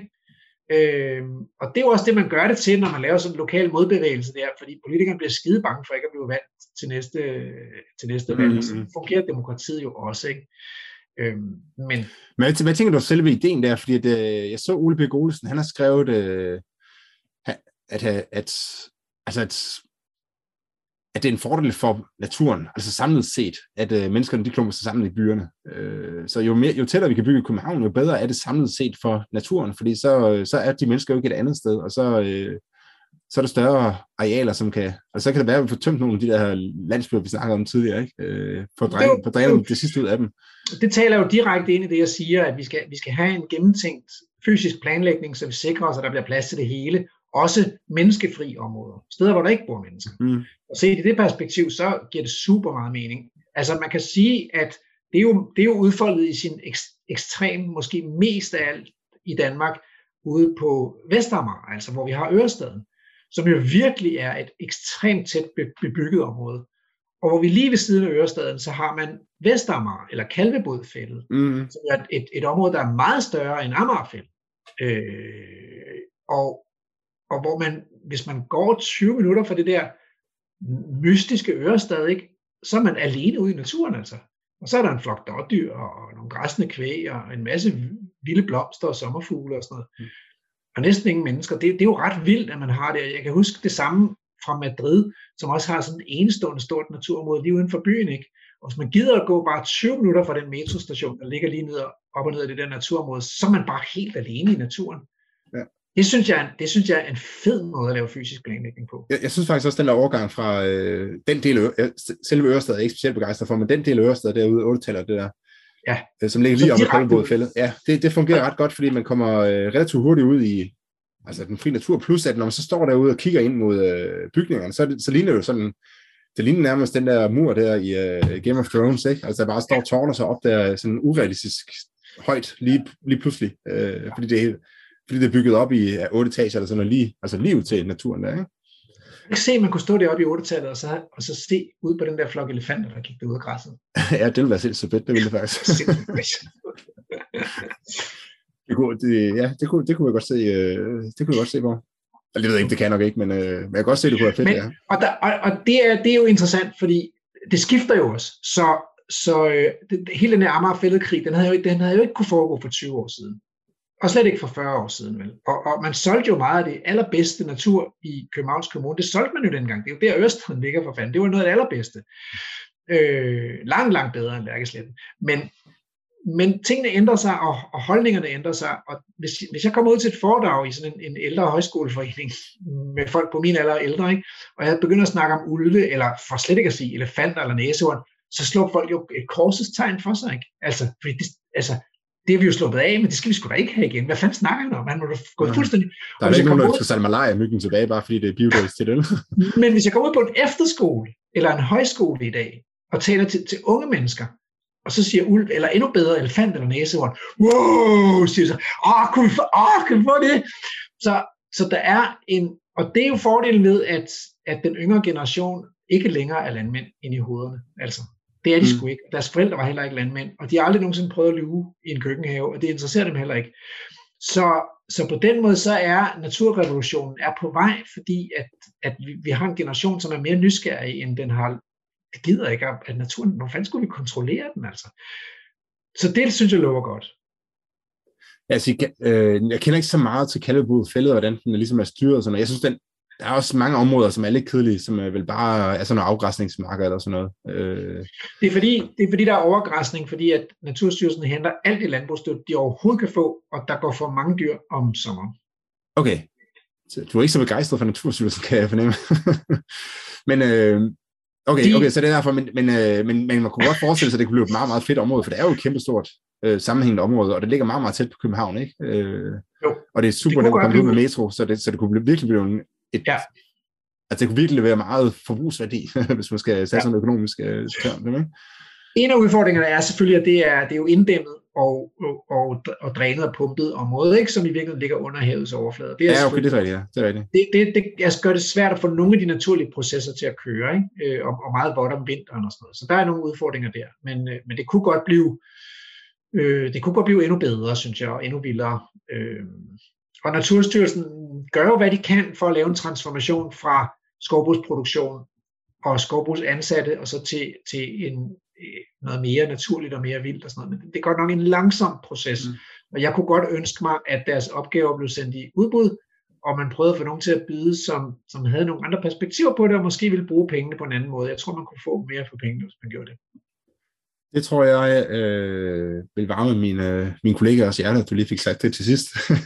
Speaker 3: Øhm, og det er jo også det, man gør det til, når man laver sådan en lokal modbevægelse der, fordi politikerne bliver skide bange for ikke at blive valgt til næste, til næste valg. Mm. Så fungerer demokratiet jo også, ikke? Øhm, men
Speaker 2: men hvad tænker du selv ved ideen der? Fordi at, øh, jeg så Ole Birk Olesen, han har skrevet, øh, at, at, at, altså at, at det er en fordel for naturen, altså samlet set, at øh, menneskerne de klumper sig sammen i byerne. Øh, så jo, mere, jo tættere vi kan bygge i København, jo bedre er det samlet set for naturen, fordi så, så er de mennesker jo ikke et andet sted, og så, øh, så er der større arealer, som kan, og så kan det være, at vi får tømt nogle af de der landsbyer, vi snakkede om tidligere, ikke? Øh, for at dræne, for at dræne det sidste ud af dem.
Speaker 3: Det taler jo direkte ind i det, jeg siger, at vi skal, vi skal have en gennemtænkt fysisk planlægning, så vi sikrer os, at der bliver plads til det hele, også menneskefri områder, steder, hvor der ikke bor mennesker. Mm. Og set i det perspektiv, så giver det super meget mening. Altså man kan sige, at det er jo, det er jo udfoldet i sin ek- ekstrem, måske mest af alt i Danmark, ude på Vestamager, altså hvor vi har Ørestaden, som jo virkelig er et ekstremt tæt bebygget område. Og hvor vi lige ved siden af Ørestaden, så har man Vestamager, eller Kalvebodfældet, mm. som er et, et område, der er meget større end Amagerfældet. Øh, og, og hvor man, hvis man går tyve minutter fra det der mystiske Ørestad, ikke, så er man alene ude i naturen, altså. Og så er der en flok dårdyr, og nogle græssende kvæg, og en masse vilde blomster og sommerfugle og sådan noget. Mm. Og næsten ingen mennesker. Det, det er jo ret vildt, at man har det. Jeg kan huske det samme fra Madrid, som også har sådan en enestående stort naturområde lige uden for byen, ikke? Og hvis man gider at gå bare tyve minutter fra den metrostation, der ligger lige ned og, op og ned af det der naturområde, så er man bare helt alene i naturen. Ja. Det, synes jeg, det synes jeg er en fed måde at lave fysisk planlægning på.
Speaker 2: Jeg, jeg synes faktisk også, den der overgang fra øh, den del af Øre, selve Ørestad er ikke specielt begejstret for, men den del af Ørestad derude, otte-taller, det der, ja. Som ligger lige op ad Kalvebodfældet. Ja, det, det fungerer ja. ret godt, fordi man kommer øh, relativt hurtigt ud i altså den frie natur, plus at når man så står derude og kigger ind mod øh, bygningerne, så, det, så ligner det jo sådan, det ligner nærmest den der mur der i øh, Game of Thrones, ikke? Altså der bare står tårner sig op der sådan urealistisk højt lige, lige pludselig, øh, fordi, det er, fordi det er bygget op i ja, otte etager eller sådan noget, lige, altså lige ud til naturen der, ikke?
Speaker 3: Jeg kan se, at man kunne stå deroppe i otte-tallet og så, og så se ud på den der flok elefanter, der gik ud af græsset.
Speaker 2: Ja, det ville være sindssygt fedt, det ville det faktisk. det kunne, det, ja, det kunne, det kunne jeg godt se, øh, det kunne jeg godt se på. Det ved jeg ikke, det kan jeg nok ikke, men, øh, men jeg kan godt se, det kunne være fedt, men, ja.
Speaker 3: Og, der, og, og det, er, det er jo interessant, fordi det skifter jo også. Så, så øh, det, hele den her Amager-Fælled-krig, den havde, jo, den havde jo ikke kunne foregå for tyve år siden. Og slet ikke for fyrre år siden, vel. Og, og man solgte jo meget af det allerbedste natur i Københavns Kommune. Det solgte man jo dengang. Det er jo der Ørestaden ligger for fanden. Det var noget af det allerbedste. Øh, langt, langt bedre end Lærkesletten. Men, men tingene ændrer sig, og, og holdningerne ændrer sig. Og hvis, hvis jeg kommer ud til et foredrag i sådan en, en ældre højskoleforening med folk på min alder og ældre, ikke, og jeg begynder at snakke om ulve, eller for slet ikke at sige elefanter eller næsehorn, så slår folk jo et korsets tegn for sig, ikke? Altså, fordi det, altså det er vi jo sluppet af, men det skal vi sgu da ikke have igen. Hvad fanden snakker han om? Han må da gå ja. fuldstændig...
Speaker 2: Der er ikke nogen, der skal salge malaria-myggen tilbage, bare fordi det er biodiversitet.
Speaker 3: Men hvis jeg kommer ud på en efterskole, eller en højskole i dag, og taler til, til unge mennesker, og så siger ulv, eller endnu bedre, elefant eller næsehorn, wow, siger så, åh, kunne vi få, åh, kan vi få det? Så, så der er en... Og det er jo fordelen ved, at, at den yngre generation ikke længere er landmænd inde i hovederne. Altså, Det er de
Speaker 2: Mm.
Speaker 3: sgu ikke. Deres forældre var heller ikke landmænd, og de har aldrig nogensinde prøvet at lyve i en køkkenhave, og det interesserer dem heller ikke. Så, så på den måde, så er naturrevolutionen er på vej, fordi at, at vi, vi har en generation, som er mere nysgerrig, end den har. Det gider ikke, at naturen, hvor fanden skulle vi kontrollere den, altså? Så det synes jeg lover godt.
Speaker 2: Altså, jeg, øh, jeg kender ikke så meget til Kalvebod Fælled, hvordan den ligesom er styret og sådan noget. Jeg synes, den, der er også mange områder, som er lidt kedelige, som er vel bare er sådan nogle afgræsningsmarker eller sådan noget. Øh.
Speaker 3: Det, er fordi, det er fordi, der er overgræsning, fordi at Naturstyrelsen henter alt i landbrugsstøtte, de overhovedet kan få, og der går for mange dyr om sommeren.
Speaker 2: Okay. Så du er ikke så begejstret for Naturstyrelsen, kan jeg fornemme. men øh, okay,
Speaker 3: De-
Speaker 2: okay, så det er derfor, men, men, øh, men, men man kunne godt forestille sig, at det kunne blive et meget, meget fedt område, for det er jo et kæmpestort øh, sammenhængende område, og det ligger meget, meget tæt på København, ikke? Øh,
Speaker 3: Jo.
Speaker 2: og det er super
Speaker 3: kunne
Speaker 2: nemt at
Speaker 3: godt
Speaker 2: komme ud med
Speaker 3: blive-
Speaker 2: metro, så det, så det kunne blive, virkelig blive en, et,
Speaker 3: Ja.
Speaker 2: altså det kunne virkelig være meget forbrugsværdi, hvis man skal sætte
Speaker 3: Ja.
Speaker 2: sådan en økonomisk øh, term, ikke?
Speaker 3: En af udfordringerne er selvfølgelig, at det er, det er jo inddæmmet og, og, og, og drænet og pumpet område, ikke, som i virkeligheden ligger under havets overflade. Det er
Speaker 2: Ja, okay, det er rigtigt, ja. Det er rigtigt.
Speaker 3: det, det, det altså gør det svært at få nogle af de naturlige processer til at køre, ikke? Øh, og, og meget vådt om vinteren og sådan noget. Så der er nogle udfordringer der, men, øh, men det kunne godt blive øh, det kunne godt blive endnu bedre, synes jeg, og endnu vildere. Øh, og Naturstyrelsen gør jo, hvad de kan for at lave en transformation fra skovbrugsproduktion og skovbrugsansatte og så til, til en, noget mere naturligt og mere vildt og sådan noget. Men det er godt nok en langsom proces, mm. og jeg kunne godt ønske mig, at deres opgaver blev sendt i udbud, og man prøvede at få nogen til at byde, som, som havde nogle andre perspektiver på det, og måske ville bruge pengene på en anden måde. Jeg tror, man kunne få mere for pengene, hvis man gjorde det.
Speaker 2: Det tror jeg øh, vil varme mine, mine kollegaers hjerte, at du lige fik sagt det til sidst.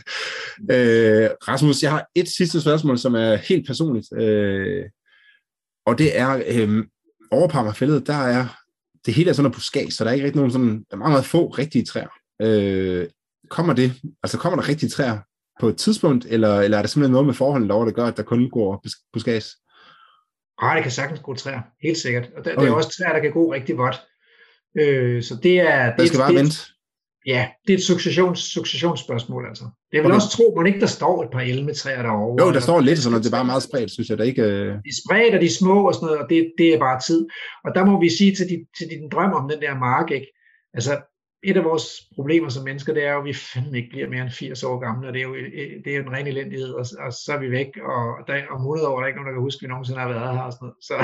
Speaker 2: øh, Rasmus, jeg har et sidste spørgsmål, som er helt personligt. Øh, og det er, øh, over Parmarfældet, der er, det hele er sådan noget buskag, så der er ikke rigtig nogen sådan, der er meget, meget få rigtige træer. Øh, kommer det, altså kommer der rigtige træer på et tidspunkt, eller, eller er der simpelthen noget med forholdene derovre, der gør, at der kun går buskads?
Speaker 3: Ah, det kan sagtens gå træer, helt sikkert. Og der,
Speaker 2: okay.
Speaker 3: der er også træer, der kan gå rigtig godt. Øh, så det er...
Speaker 2: Det skal bare
Speaker 3: det,
Speaker 2: vente.
Speaker 3: Ja, det er et successions, successionsspørgsmål, altså. Det er vel okay. også tro, man ikke der står et par elmetræer derovre.
Speaker 2: Jo, der står lidt sådan, og det er bare meget spredt, synes jeg. Der ikke, øh...
Speaker 3: De er spredt, og de er små og sådan noget, og det, det er bare tid. Og der må vi sige til, de, til din drøm om den der mark, ikke? Altså, et af vores problemer som mennesker, det er jo, at vi fandme ikke bliver mere end firs år gamle, og det er jo, det er jo en ren elendighed, og, og så er vi væk, og der, om hundrede år er der ikke nogen, der kan huske, at vi nogensinde har været her og sådan noget. Så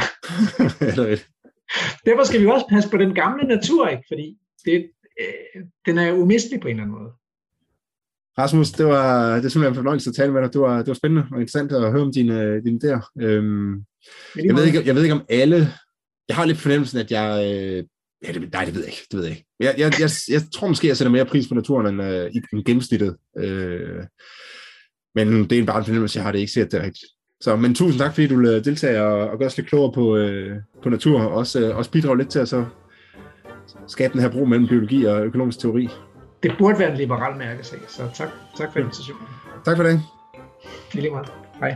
Speaker 3: derfor skal vi også passe på den gamle natur, ikke? Fordi det, øh, den er umistelig på en eller anden måde.
Speaker 2: Rasmus, det var, det er simpelthen en fornøjelse at tale med dig. Det var, det var spændende og interessant at høre om dine, dine der. Øhm, jeg, ved ikke, jeg ved ikke om alle... Jeg har lidt fornemmelsen, at jeg... Øh, ja, det, nej, det ved jeg ikke. Det ved jeg ikke. Jeg, jeg, jeg, jeg tror måske, jeg sætter mere pris på naturen end, øh, end gennemsnittet. Øh, men det er bare en fornemmelse, jeg har det ikke set det rigtigt. Så, men tusind tak, fordi du vil deltage og, og gøre os lidt klogere på, øh, på natur, og også, øh, også bidrage lidt til at så skabe den her bro mellem biologi og økonomisk teori.
Speaker 3: Det burde være en liberal mærkesag, så tak, tak for invitationen.
Speaker 2: Tak for det.
Speaker 3: I lige meget. Hej.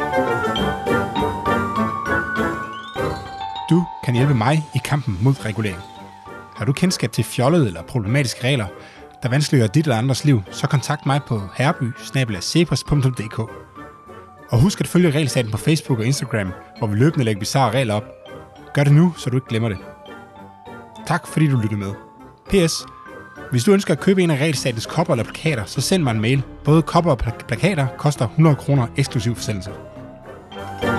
Speaker 1: Du kan hjælpe mig i kampen mod regulering. Har du kendskab til fjollede eller problematiske regler, der vanskeliggør dit eller andres liv, så kontakt mig på herreby bindestreg cepos punktum d k. Og husk at følge Regelstaten på Facebook og Instagram, hvor vi løbende lægger bizarre regler op. Gør det nu, så du ikke glemmer det. Tak fordi du lyttede med. P S. Hvis du ønsker at købe en af Regelstatens kopper eller plakater, så send mig en mail. Både kopper og plakater koster hundrede kroner eksklusiv forsendelse.